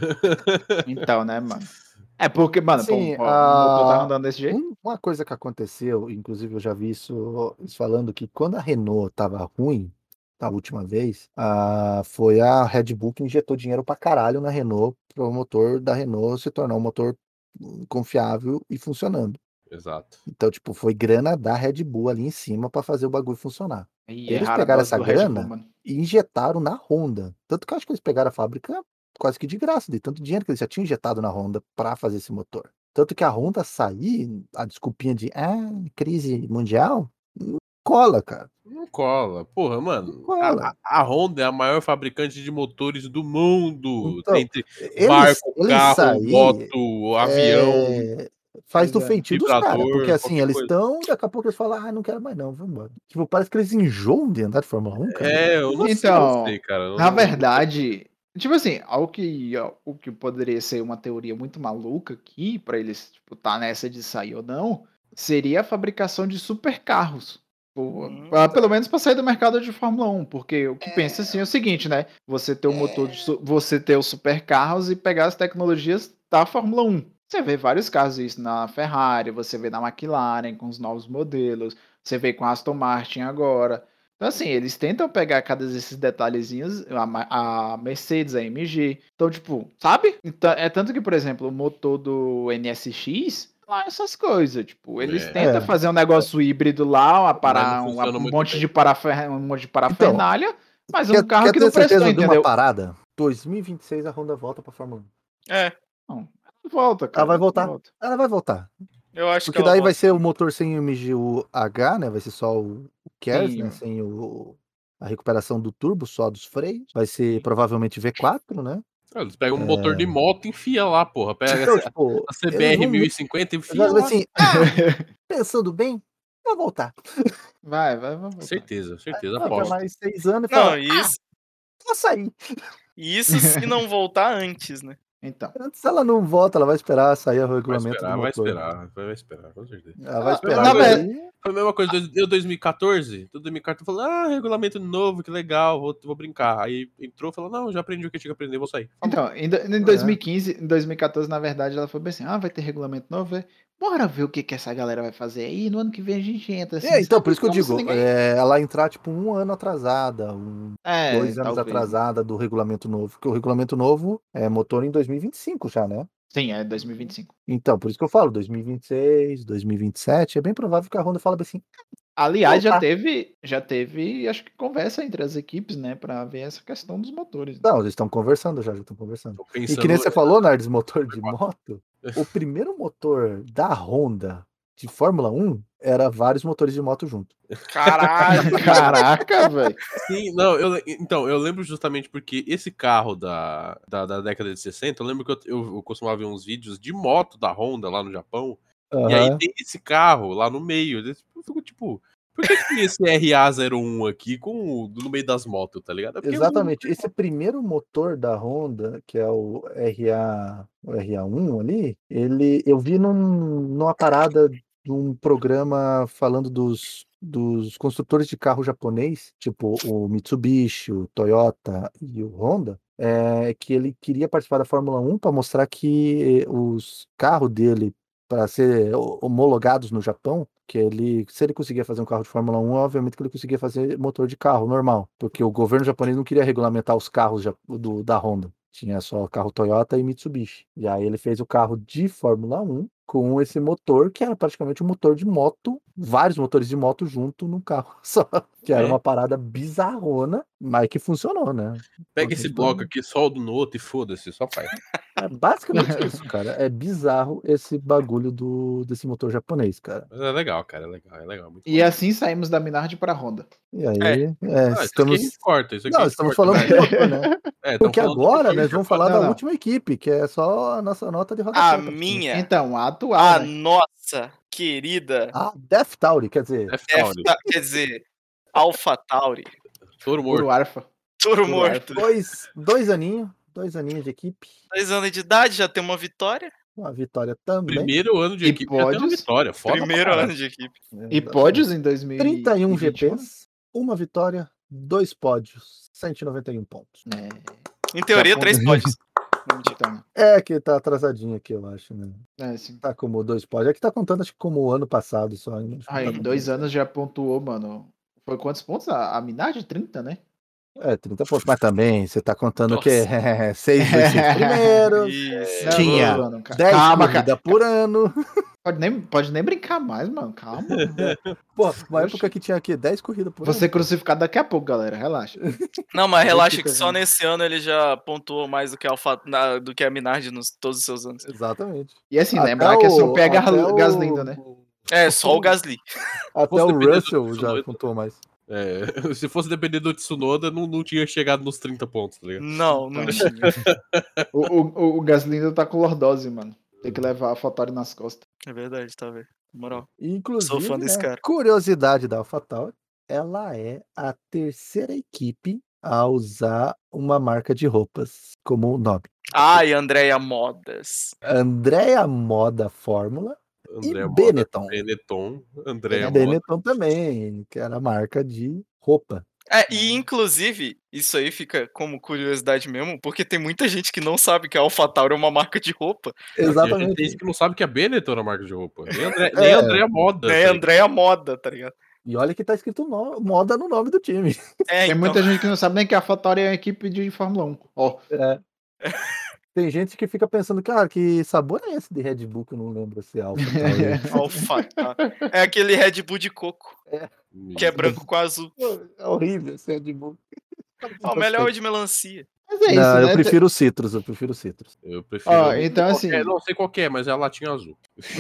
Então, né, mano? É porque, mano, pô, Assim, ó, o motor tá a- andando desse jeito. um- uma coisa que aconteceu, inclusive eu já vi isso eles falando que quando a Renault tava ruim, da última vez, ah, foi a Red Bull que injetou dinheiro pra caralho na Renault, para o motor da Renault se tornar um motor hum, confiável e funcionando. Exato. Então, tipo, foi grana da Red Bull ali em cima pra fazer o bagulho funcionar. Aí, Eles erraram a pegaram dose essa do Red Bull, grana mano. e injetaram na Honda. Tanto que eu acho que eles pegaram a fábrica quase que de graça, de tanto dinheiro que eles já tinham injetado na Honda pra fazer esse motor. Tanto que a Honda sair, a desculpinha de ah, crise mundial, não cola, cara. Não cola. Porra, mano. Não cola. A, a Honda é a maior fabricante de motores do mundo. Então, Entre Eles, barco, eles carro, sair, moto, avião, é, faz do Pois é. feitio dos caras. vibrador, Porque assim, qualquer eles coisa. estão, daqui a pouco eles falam, ah, não quero mais não, vamos embora. Tipo, parece que eles enjoam de andar de Fórmula um, cara. É, eu não sei, Então, não sei, cara. Eu Na não- verdade, tipo assim, ao que, ao- o que poderia ser uma teoria muito maluca aqui, pra eles, tipo, tá nessa de sair ou não, seria a fabricação de supercarros. Pô, Hum. ah, pelo menos pra sair do mercado de Fórmula um, porque o que pensa assim é o seguinte, né? Você ter o motor, de su- você ter os supercarros e pegar as tecnologias da Fórmula um. Você vê vários casos isso na Ferrari, você vê na McLaren com os novos modelos, você vê com a Aston Martin agora. Então, assim, eles tentam pegar cada esses detalhezinhos, a, Ma- a Mercedes, a M G. Então, tipo, sabe? Então, é tanto que, por exemplo, o motor do N S X, lá essas coisas. Tipo, eles É. tentam É. fazer um negócio híbrido lá, uma para, não um, funciona um muito monte bem. de parafer, um monte de parafernália, mas é um Quer, carro quer que ter não prestou, certeza de uma entendeu? parada? dois mil e vinte e seis a Honda volta pra Fórmula um. É, Não, volta, cara. Ela vai voltar. volta. Ela vai voltar. eu acho Porque que ela daí volta. vai ser o motor sem o M G U H, né? Vai ser só o o KERS, Sim. né? Sem o, a recuperação do turbo, só dos freios. Vai ser provavelmente V quatro, né? Ah, Eles pegam um motor de moto e enfia lá, porra. Pega Então, a, tipo, a eles C B R vão mil e cinquenta e muito- enfia vai lá. assim, ah, pensando bem, vai voltar. Vai, vai, vai. voltar. Certeza, certeza, Fica aposto. mais seis anos e Não, fala, isso, vou sair. isso se não voltar antes, né? Então. Antes ela não volta, ela vai esperar sair o Vai regulamento esperar, do vai motor. esperar, vai esperar, com certeza. Ela vai Ah, esperar na sair. verdade- Foi a mesma coisa, dois- eu dois mil e quatorze, dois mil e quatorze falou, ah, regulamento novo, que legal, vou, vou brincar. Aí entrou e falou, não, já aprendi o que eu tinha que aprender, vou sair. Então, em, do- em dois mil e quinze, em dois mil e quatorze, na verdade, ela foi bem assim, ah, vai ter regulamento novo, é? Bora ver o que, que essa galera vai fazer aí, no ano que vem a gente entra assim. É, então, sabe? por isso que eu Como se digo, ninguém- é, ela entrar tipo um ano atrasada, um, É, dois anos talvez. atrasada do regulamento novo, porque o regulamento novo é motor em dois mil e vinte e cinco já, né? Sim, é dois mil e vinte e cinco. Então, por isso que eu falo, dois mil e vinte e seis, dois mil e vinte e sete, é bem provável que a Honda fale assim, Aliás, já Opa. teve, já teve, acho que conversa entre as equipes, né, pra ver essa questão dos motores. né? não, eles estão conversando já, já estão conversando. Tô E pensando, que nem você falou, Nardes, motor de moto, o primeiro motor da Honda de Fórmula um era vários motores de moto junto. Caralho. Caraca, velho. Sim, não, eu, então, eu lembro justamente porque esse carro da, da, da década de sessenta, eu lembro que eu, eu, eu costumava ver uns vídeos de moto da Honda lá no Japão, e aí Aham. tem esse carro lá no meio. Eu fico tipo, por que tem esse R A zero um aqui com, o- no meio das motos, tá ligado? É porque Exatamente. Esse primeiro motor da Honda, que é o R A, o R A um ali, ele eu vi num, numa parada de um programa falando dos, dos construtores de carro japonês, tipo o Mitsubishi, o Toyota e o Honda, é, que ele queria participar da Fórmula um para mostrar que os carros dele, para ser ho- homologados no Japão, que ele, se ele conseguia fazer um carro de Fórmula um, obviamente que ele conseguia fazer motor de carro normal, porque o governo japonês não queria regulamentar os carros ja- do, da Honda. Tinha só carro Toyota e Mitsubishi. E aí ele fez o carro de Fórmula um com esse motor, que era praticamente um motor de moto, vários motores de moto junto num carro só. Que era É. uma parada bizarrona, mas que funcionou, né? pega esse bloco aqui, solda no outro e foda-se, só faz. É basicamente isso, cara. É bizarro esse bagulho do, desse motor japonês, cara. Mas é legal, cara, é legal, é legal. Muito E bom. assim saímos da Minardi pra Honda. E aí, É. é, Ah, isso aqui a estamos. gente corta, isso aqui a Não, gente estamos corta, falando né? do motor, né? É, tamo Porque falando do agora motor, nós já vamos corta. falar Não, da não. última equipe, que é só a nossa nota de A rodapé. praticamente. minha, Então, a atual, a né? nossa querida, A Death Tauri, quer dizer, F F- Tauri, quer dizer, Alpha Tauri, touro Puro morto. Alfa. touro Puro morto. dois, dois aninhos, dois aninhos de equipe, Dois anos de idade, já tem uma vitória. uma vitória também. Primeiro ano de E equipe já tem uma pódios? vitória. Foda pra Primeiro caralho. ano de equipe. E pódios em dois mil e vinte e um. trinta e um G Ps, uma vitória, dois pódios, cento e noventa e um pontos. É, Em teoria, Japão. três pódios. Não, mentira. então, É que tá atrasadinho aqui, eu acho, né? é, assim. Tá como dois pódios. É que tá contando, acho que como o ano passado só. Né? Acho que Aí, tá em contando. dois anos já pontuou, mano. Foi quantos pontos? A, a Minardi? trinta, né? É, trinta pontos. Mas também, você tá contando Nossa. que é seis dos seis primeiros, Isso. Não, tinha tô zoando, cara. dez Calma, corridas cara. por ano. Pode nem, pode nem brincar mais, mano. Calma. Pô, uma Oxe. época que tinha aqui dez corridas por Vou ser ano. crucificado daqui a pouco, galera. Relaxa. Não, mas Deixa relaxa eu que ver. só nesse ano ele já pontuou mais do que a, Alfa, na- do que a Minardi nos todos os seus anos. Exatamente. E assim, Até lembrar que é só o- pega até o- gás lindo, né? É, só o Gasly. Até fosse o depender do Russell já Tsunoda. pontuou mais. É, se fosse depender do Tsunoda, não, não tinha chegado nos trinta pontos, tá ligado? Não, não Então. tinha. O, o, o gás lindo tá com lordose, mano. Tem que levar a Fotório nas costas. É verdade, tá vendo? Na moral. Inclusive, Sou fã desse né, cara. curiosidade da AlphaTauri, ela é a terceira equipe a usar uma marca de roupas como nome. Ai, Andréia Modas. Andrea Moda Fórmula André e Moda, Benetton. Benetton, André E Moda. Benetton também, que era a marca de roupa. É, e inclusive, isso aí fica como curiosidade mesmo, porque tem muita gente que não sabe que a AlphaTauri é uma marca de roupa. Tem gente Exatamente. que não sabe que a Benetton era marca de roupa. Nem André, nem É. André Moda. É tá ligado? Andréia Moda, tá ligado? E olha que tá escrito no- moda no nome do time. É, Tem então, muita gente que não sabe nem que a Fotório é uma equipe de Fórmula um. Ó, É. Tem gente que fica pensando, cara, que sabor é esse de Red Bull que eu não lembro se é Alpha AlphaTauri. É aquele Red Bull de coco, que é branco com azul. É horrível esse Red Bull. Ah, o melhor é o de melancia. mas é isso, Não, né? eu prefiro o Citrus, eu prefiro o Citrus. Eu prefiro. Ó, não sei então, qual assim- que é, não sei qual que é, mas é a latinha azul.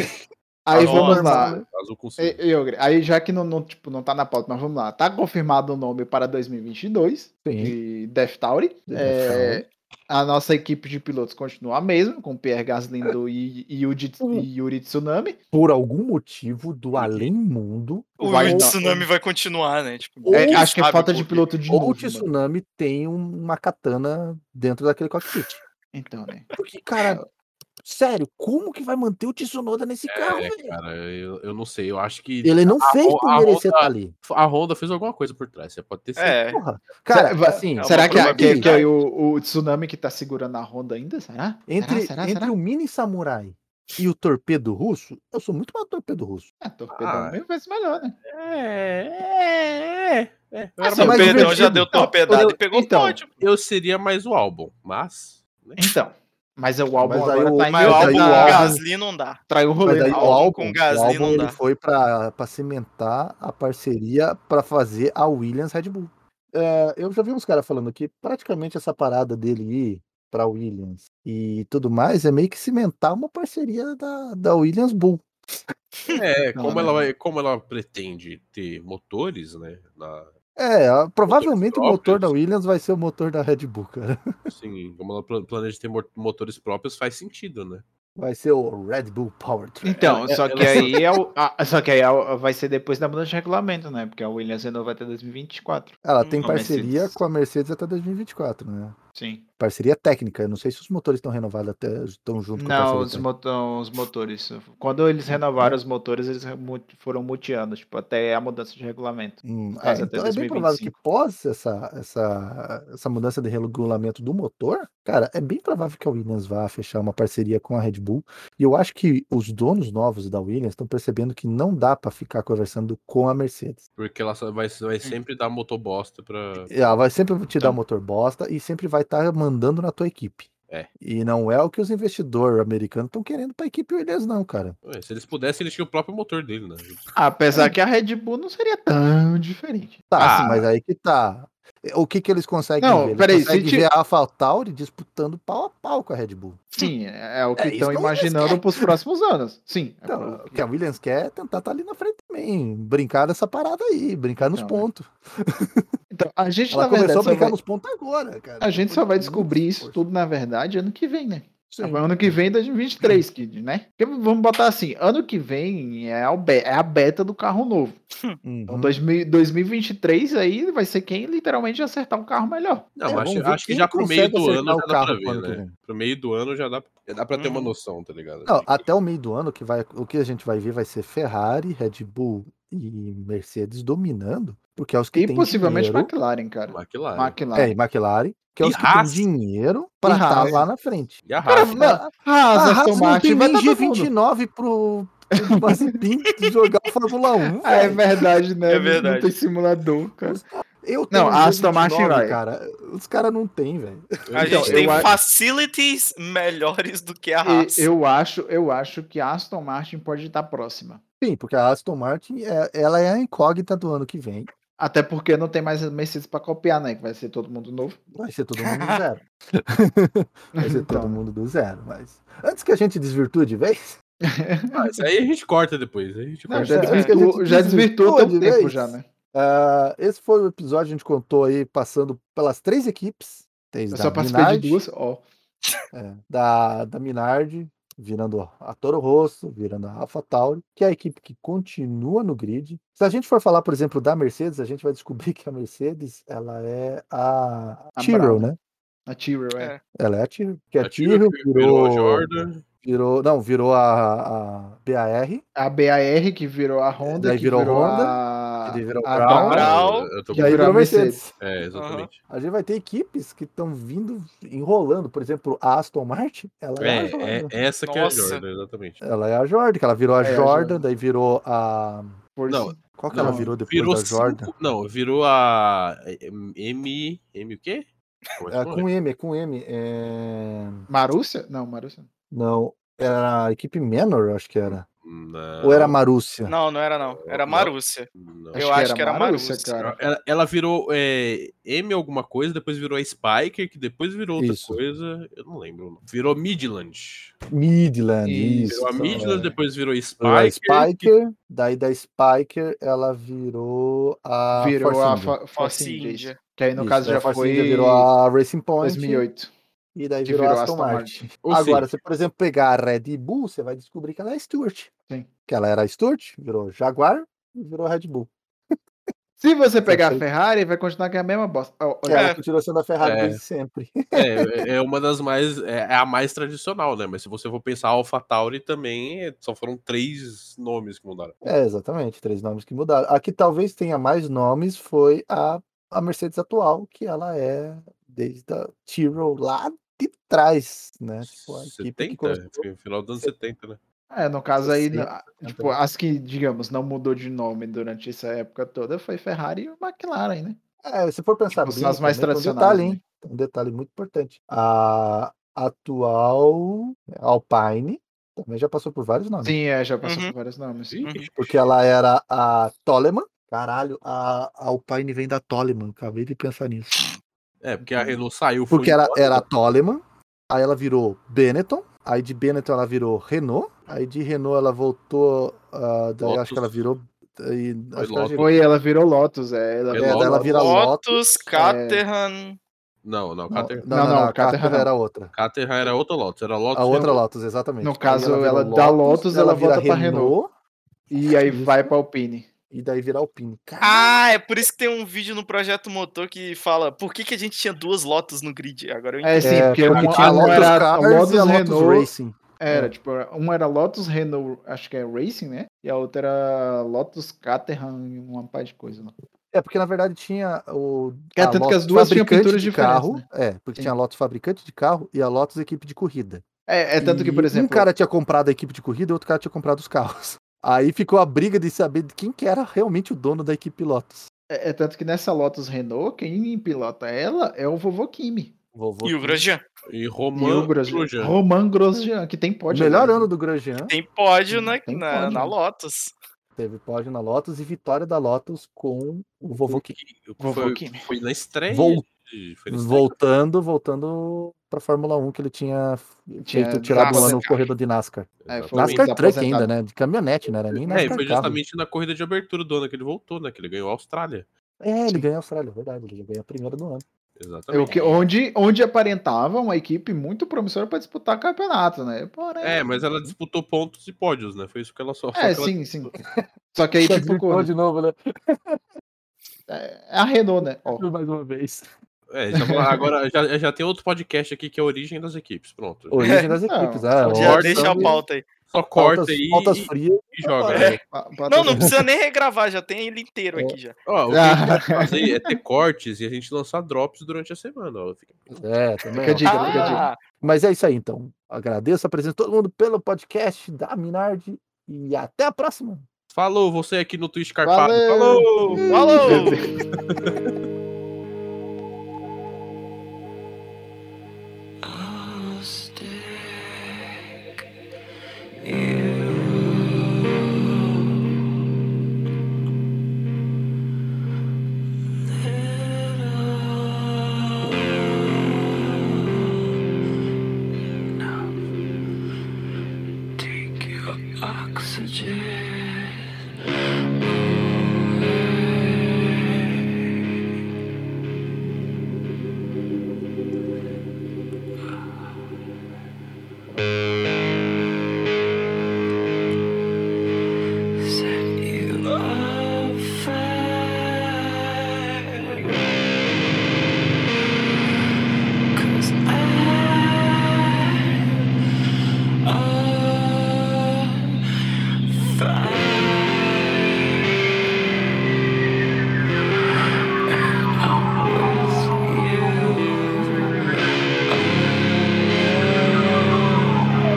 Aí Nossa, vamos lá. né? Azul com cinza. E- e, Ogre, aí já que não, não, tipo, não tá na pauta, mas vamos lá. Tá confirmado o nome para dois mil e vinte e dois Sim. de Death Tauri. De É, Death a nossa equipe de pilotos continua a mesma, com Pierre Gaslindo e, e, Yuji, e Yuri Tsunami. Por algum motivo do além mundo, O Vai Yuri não. Tsunami vai continuar, né? Tipo, Ou É, ninguém acho que é sabe falta por de quê. piloto de ou novo, o mano. Tsunami tem um- uma katana dentro daquele cockpit. Então, né? Porque, cara, sério, como que vai manter o Tsunoda nesse carro, É, velho? cara, eu, eu não sei. Eu acho que Ele não a, fez Hon- por a merecer Honda, estar ali. a Honda fez alguma coisa por trás. Você pode ter certeza. É, Porra. Cara, Será- assim, é uma será que, a- que, que é probabilidade. o, o Tsunami que tá segurando a Honda ainda? Será? entre, será, será, entre será? o Mini Samurai e o Torpedo Russo, eu sou muito mais Torpedo Russo. Ah, torpedão Ah. mil vezes melhor, né? É, é, é. é. Eu, era Assim, O mais- mais Pedrão já divertido. deu Não, torpedada eu- e pegou então, pódio. eu seria mais o álbum, mas. né? Então, mas o álbum Mas aí agora o- tá em Mas o Mas álbum aí com o álbum- Gasly não dá. traiu o rolê. Mas aí né? o Álbum álbum, com o Gasly álbum não ele dá. foi pra, pra cimentar a parceria pra fazer a Williams Red Bull. É, eu já vi uns caras falando que praticamente essa parada dele ir pra Williams e tudo mais é meio que cimentar uma parceria da, da Williams Bull. É, Não, como, né? ela, vai- como ela pretende ter motores, né? Na, É, a- provavelmente o motor próprios. da Williams vai ser o motor da Red Bull, cara. assim, como ela pla- planeja ter mo- motores próprios, faz sentido, né? Vai ser o Red Bull Powertrain. Então, Ela- só ela- que aí é o, ah, só que aí é o- vai ser depois da mudança de regulamento, né? Porque a Williams renova até dois mil e vinte e quatro. Ela tem a parceria Mercedes. com a Mercedes até dois mil e vinte e quatro, né? Sim. Parceria técnica. Eu não sei se os motores estão renovados até estão junto com a Não, parceria os, técnica. moto- os motores. Quando eles renovaram os motores, eles remu- foram multi-anos, tipo, até a mudança de regulamento. Hum, No é, caso, até então é bem provável que dois mil e vinte e cinco. pós essa, essa, essa mudança de regulamento do motor, cara, é bem provável que a Williams vá fechar uma parceria com a Red Bull. E eu acho que os donos novos da Williams estão percebendo que não dá para ficar conversando com a Mercedes. Porque ela só vai, vai sempre dar motobosta pra. Ela vai sempre te dar Então. motor bosta e sempre vai estar mandando na tua equipe. É. E não é o que os investidores americanos estão querendo para a equipe Williams, não, cara. Ué, se eles pudessem, eles tinham o próprio motor dele, né? Apesar que a Red Bull não seria tão diferente. Tá, Ah. sim, mas aí que tá. O que que eles conseguem Não, ver? Eles peraí, se conseguem ti- ver a AlphaTauri disputando pau a pau com a Red Bull. Sim, é é o que É isso estão que a Williams imaginando quer. para os próximos anos. Sim. é Então, o o que a Williams quer é tentar estar ali na frente também, brincar dessa parada aí, brincar nos Então, né? pontos. Então, a gente, Ela na começou verdade, a só brincar vai, nos pontos agora, cara. a gente só vai Muito descobrir isso esforço. tudo, na verdade, ano que vem, né? Sim. Ano que vem, dois mil e vinte e três, que, né? Porque vamos botar assim, ano que vem é, o be- é a beta do carro novo. Então, Uhum. dois mil dois mil e vinte e três aí vai ser quem literalmente acertar um carro melhor. Não, É, mas vamos acho, ver acho que quem já pro meio consegue do ano acertar já o dá carro pra pro ver, ano que né? vem. Pro meio do ano já dá, já dá pra ter uma Uhum. noção, tá ligado? Não, até o meio do ano que vai, o que a gente vai ver vai ser Ferrari, Red Bull e Mercedes dominando, porque é os que E têm possivelmente dinheiro. McLaren, cara. McLaren. McLaren. É, e McLaren, que é E os que têm Haas. dinheiro E pra estar Haas. lá na frente. E a Cara, Haas. não, A Haas, Haas Aston não Martin, tem vai nem tá G todo mundo. vinte e nove pro, pro Mazepin jogar o Fórmula um, Ah, é velho. verdade, né? É Não- Não verdade. tem simulador, cara. Os ca- Eu tenho Não, um a Aston Martin G vinte e nove, vai. cara. Os caras não têm, velho. A Então, gente eu tem a- facilities melhores do que a E- Haas. Eu acho, eu acho que a Aston Martin pode estar próxima. Sim, porque a Aston Martin, é, ela é a incógnita do ano que vem. Até porque não tem mais Mercedes pra copiar, né? Que vai ser todo mundo novo. Vai ser todo mundo do zero. Vai ser todo Então. mundo do zero, mas... Antes que a gente desvirtue de vez... Ah, isso aí a gente corta depois. A gente Não, corta. já É, desvirtuou, a gente já desvirtuou tem um desvirtua de tempo vez. já, né? ah, esse foi o episódio, a gente contou aí, passando pelas três equipes. Desde Eu da só participei de Minardi, duas. Ó. é, da, da Minardi, virando a Toro Rosso, virando a AlphaTauri, que é a equipe que continua no grid. Se a gente for falar, por exemplo, da Mercedes, a gente vai descobrir que a Mercedes, ela é a, A Tyrrell, Brown. né? A Tyrrell, é. É. Ela é a Tyrrell. Que a A Tyrrell Tyrrell virou virou, a Jordan. virou... Não, virou a, a B A R, A B A R que virou a Honda, Daí que virou virou, Honda, a... que daí virou a Brown. Brown, Eu tô e aí virou virou a Mercedes. Mercedes. É, exatamente. A gente vai ter equipes que estão vindo, enrolando. Por exemplo, a Aston Martin, ela é, a É, Jordan. é essa que é a Nossa. Jordan, exatamente. Ela é a Jordan, que ela virou a É, a Jordan, Jordan. daí virou a... Force. Não, Qual que Não, ela virou depois Virou da Jordan? cinco. Não, virou a M. M o quê? Como é É que com M, é com M. É... Marúcia? Não, Marúcia. Não, era a equipe Menor, eu acho que era. Não. Ou era Marúcia? Não, não era não. Era Não. Marúcia. Não. Eu acho que era Marúcia. cara. Ela, ela virou é, M alguma coisa, depois virou a Spiker, que depois virou outra Isso. coisa. Eu não lembro. Virou Midland. Midland, Isso, isso. Virou a Midland, é. depois virou Virou a Spiker. Spiker, daí da Spiker ela virou a Virou Force a India. Fo- Force Force India. India. isso. Que aí no Isso, caso daí já a Force foi India virou a Racing Point. dois mil e oito. E daí Que virou, virou a Aston Aston Martin. Ou Agora, seja, se por exemplo pegar a Red Bull, você vai descobrir que ela é Stewart. Sim. Que ela era Stewart, virou Jaguar e virou Red Bull. Se você pegar a Sim. Ferrari, vai continuar com a mesma bosta. Ó, olha, Ela É. continua sendo a Ferrari É. desde sempre. É, é uma das mais. É, é a mais tradicional, né? Mas se você for pensar, a AlphaTauri também é- só foram três nomes que mudaram. É, exatamente, três nomes que mudaram. A que talvez tenha mais nomes foi a, a Mercedes atual, que ela é desde a Tyrrell lá de trás, né? Tipo, a equipe que começou... setenta? Final dos anos setenta, né? É, no caso aí, sessenta, na- tipo, as que, digamos, não mudou de nome durante essa época toda foi Ferrari e McLaren, né? É, se for pensar Tipo, bem, são as mais também tem um tradicionais, detalhe, né? hein? Tem um detalhe muito importante. A atual Alpine também já passou por vários nomes. Sim, é, já passou Uhum. por vários nomes. Ih, Uhum. Porque ela era a Toleman. Caralho, a, a Alpine vem da Toleman. Acabei de pensar nisso. É, porque a Renault saiu. foi Porque era, embora, era a né? Toleman. Aí ela virou Benetton. Aí de Benetton ela virou Renault. Aí de Renault ela voltou. ah, daí acho que ela Lotus. virou. Aí, Foi acho que ela Lotus. chegou- Foi, ela virou Lotus, é. Ela É, É, virou daí ela vira Lotus. Lotus, Caterham. Não, não, Não, Caterham. não, Não, não, não, a Caterham Caterham não. era outra. Caterham era outra Lotus, era Lotus. A outra Renault. Lotus, exatamente. No Aí caso, virou ela da Lotus, ela volta pra Renault. E aí Isso. vai pra Alpine. E daí vira Alpine. Caralho. Ah, é por isso que tem um vídeo no Projeto Motor que fala por que, que a gente tinha duas Lotus no grid. Agora eu É, entendi. sim, É, porque, porque uma, tinha a uma Lotus era Cars a Lotus e a Lotus Renault. Racing. Era, É. tipo, uma era Lotus Renault, acho que é Racing, né? E a outra era Lotus Caterham e uma par de coisa. Né? É, porque na verdade tinha o. É, a tanto que as Lotus duas tinham fabricante pinturas de diferentes, carro. né? É, porque Sim. tinha a Lotus fabricante de carro e a Lotus equipe de corrida. É, é tanto que, por E exemplo. um cara tinha comprado a equipe de corrida e outro cara tinha comprado os carros. Aí ficou a briga de saber de quem que era realmente o dono da equipe Lotus. É, é tanto que nessa Lotus Renault, quem pilota ela é o vovô Kimi. Vovô E o Kim. Grosjean. E E Roman o Grosjean. Grosjean. Roman Grosjean, que tem O pódio. melhor aliás, ano né? do Grosjean. Tem pódio na, Tem na, pódio, na né? Lotus. Teve pódio na Lotus e vitória da Lotus com o Vovô Kim. Vovô Foi, Kimi. foi na estreia. Vol- de- Foi na estreia. Voltando, voltando pra Fórmula um que ele tinha Tinha feito tirado um ano NASCAR. corredor de NASCAR. É, foi NASCAR Truck desaposentado. ainda, né? De caminhonete, não era nem É, e NASCAR foi carro. justamente na corrida de abertura do ano que ele voltou, né? Que ele ganhou a Austrália. É, ele Sim. ganhou a Austrália, é verdade. Ele ganhou a primeira do ano. É o Exatamente. que, onde, onde aparentava uma equipe muito promissora para disputar campeonato, né? Porém, É, mas ela disputou pontos e pódios, né? Foi isso que ela só. só É, que ela sim, sim. Só que aí, Já tipo, desvirtuou com- de novo, né? é a Renault, né? Ó, Mais uma vez. É, já vou- agora já, já tem outro podcast aqui que é a origem das equipes. Pronto. Origem das Não, equipes. Ah, já Já ó, deixa a sabe? pauta aí. Só corta Pautas, aí pautas e, frias. e joga. É. né? pa- pa- Não, não precisa nem regravar, já tem ele inteiro aqui já. Ó, o que a gente vai fazer é ter cortes e a gente lançar drops durante a semana. Ó. Fica- É, também. Fica a ó. dica, fica a dica. Ah, Mas é isso aí, então. Agradeço a presença de todo mundo pelo podcast da Minardi e até a próxima. Falou, você aqui no Twitch Carpado. Valeu! Falou! falou! Take your oxygen. Set you on fire. 'Cause I'm on fire.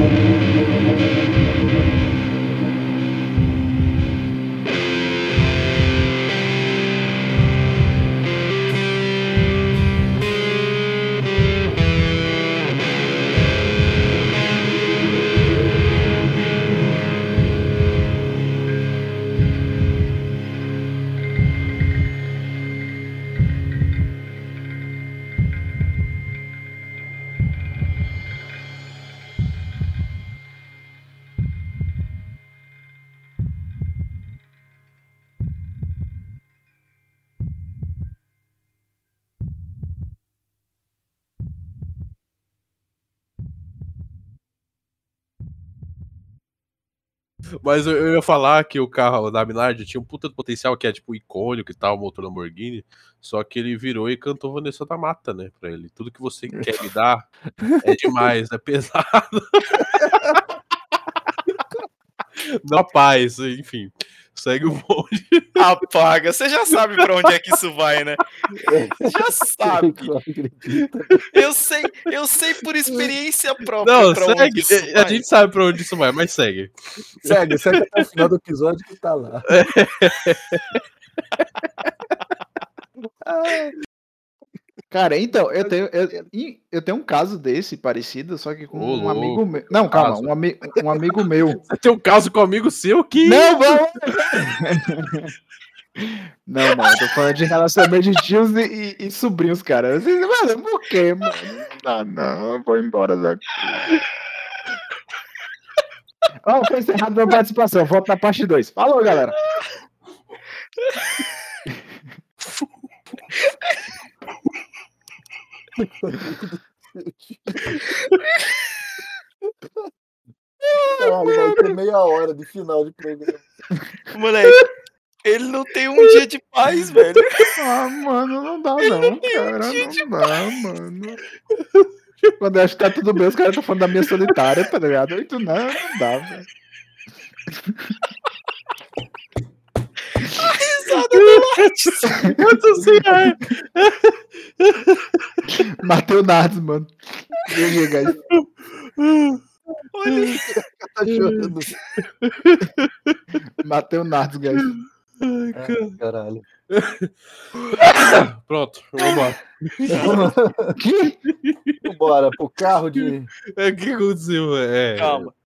Mas eu, eu ia falar que o carro da Minardi tinha um puta de potencial que é tipo icônico e tal, o motor Lamborghini. Só que ele virou e cantou Vanessa da Mata, né, pra ele. Tudo que você quer me dar é demais, é pesado. Não paz, enfim. Segue o bonde. Apaga. Você já sabe pra onde é que isso vai, né? Já sabe. Eu sei, eu sei por experiência própria. Não, pra onde segue. isso A vai. gente sabe pra onde isso vai, mas segue. Segue, segue até o final do episódio que tá lá. Ah, Cara, então, eu tenho, eu, eu tenho um caso desse parecido, só que com Ô, um louco, amigo meu. Não, calma, caso. um, ami... um amigo meu. Você tem um caso com um amigo seu que. Não, vamos! Não, mano, eu tô falando de relacionamento de tios e, e, e sobrinhos, cara. Vocês, mano, por quê, mano? Não, não, eu vou embora daqui. Ó, foi encerrado minha participação. Volto na parte dois. Falou, galera. Caralho, vai ter meia hora de final de programa. Moleque, ele não tem um dia de paz, velho. Ah, mano, não dá não, cara. Não dá, mano. Quando eu acho que tá tudo bem, os caras estão falando da minha solitária, tá ligado? Então, não, não dá, velho. Eu tô sem ar. Matei o Nardes, mano. G G, guys. Olha, Tá chorando. Matei o Nardes, guys. Ai, cara. Caralho. Pronto, vambora. Que? Bora pro carro de. É, o que aconteceu? É, calma.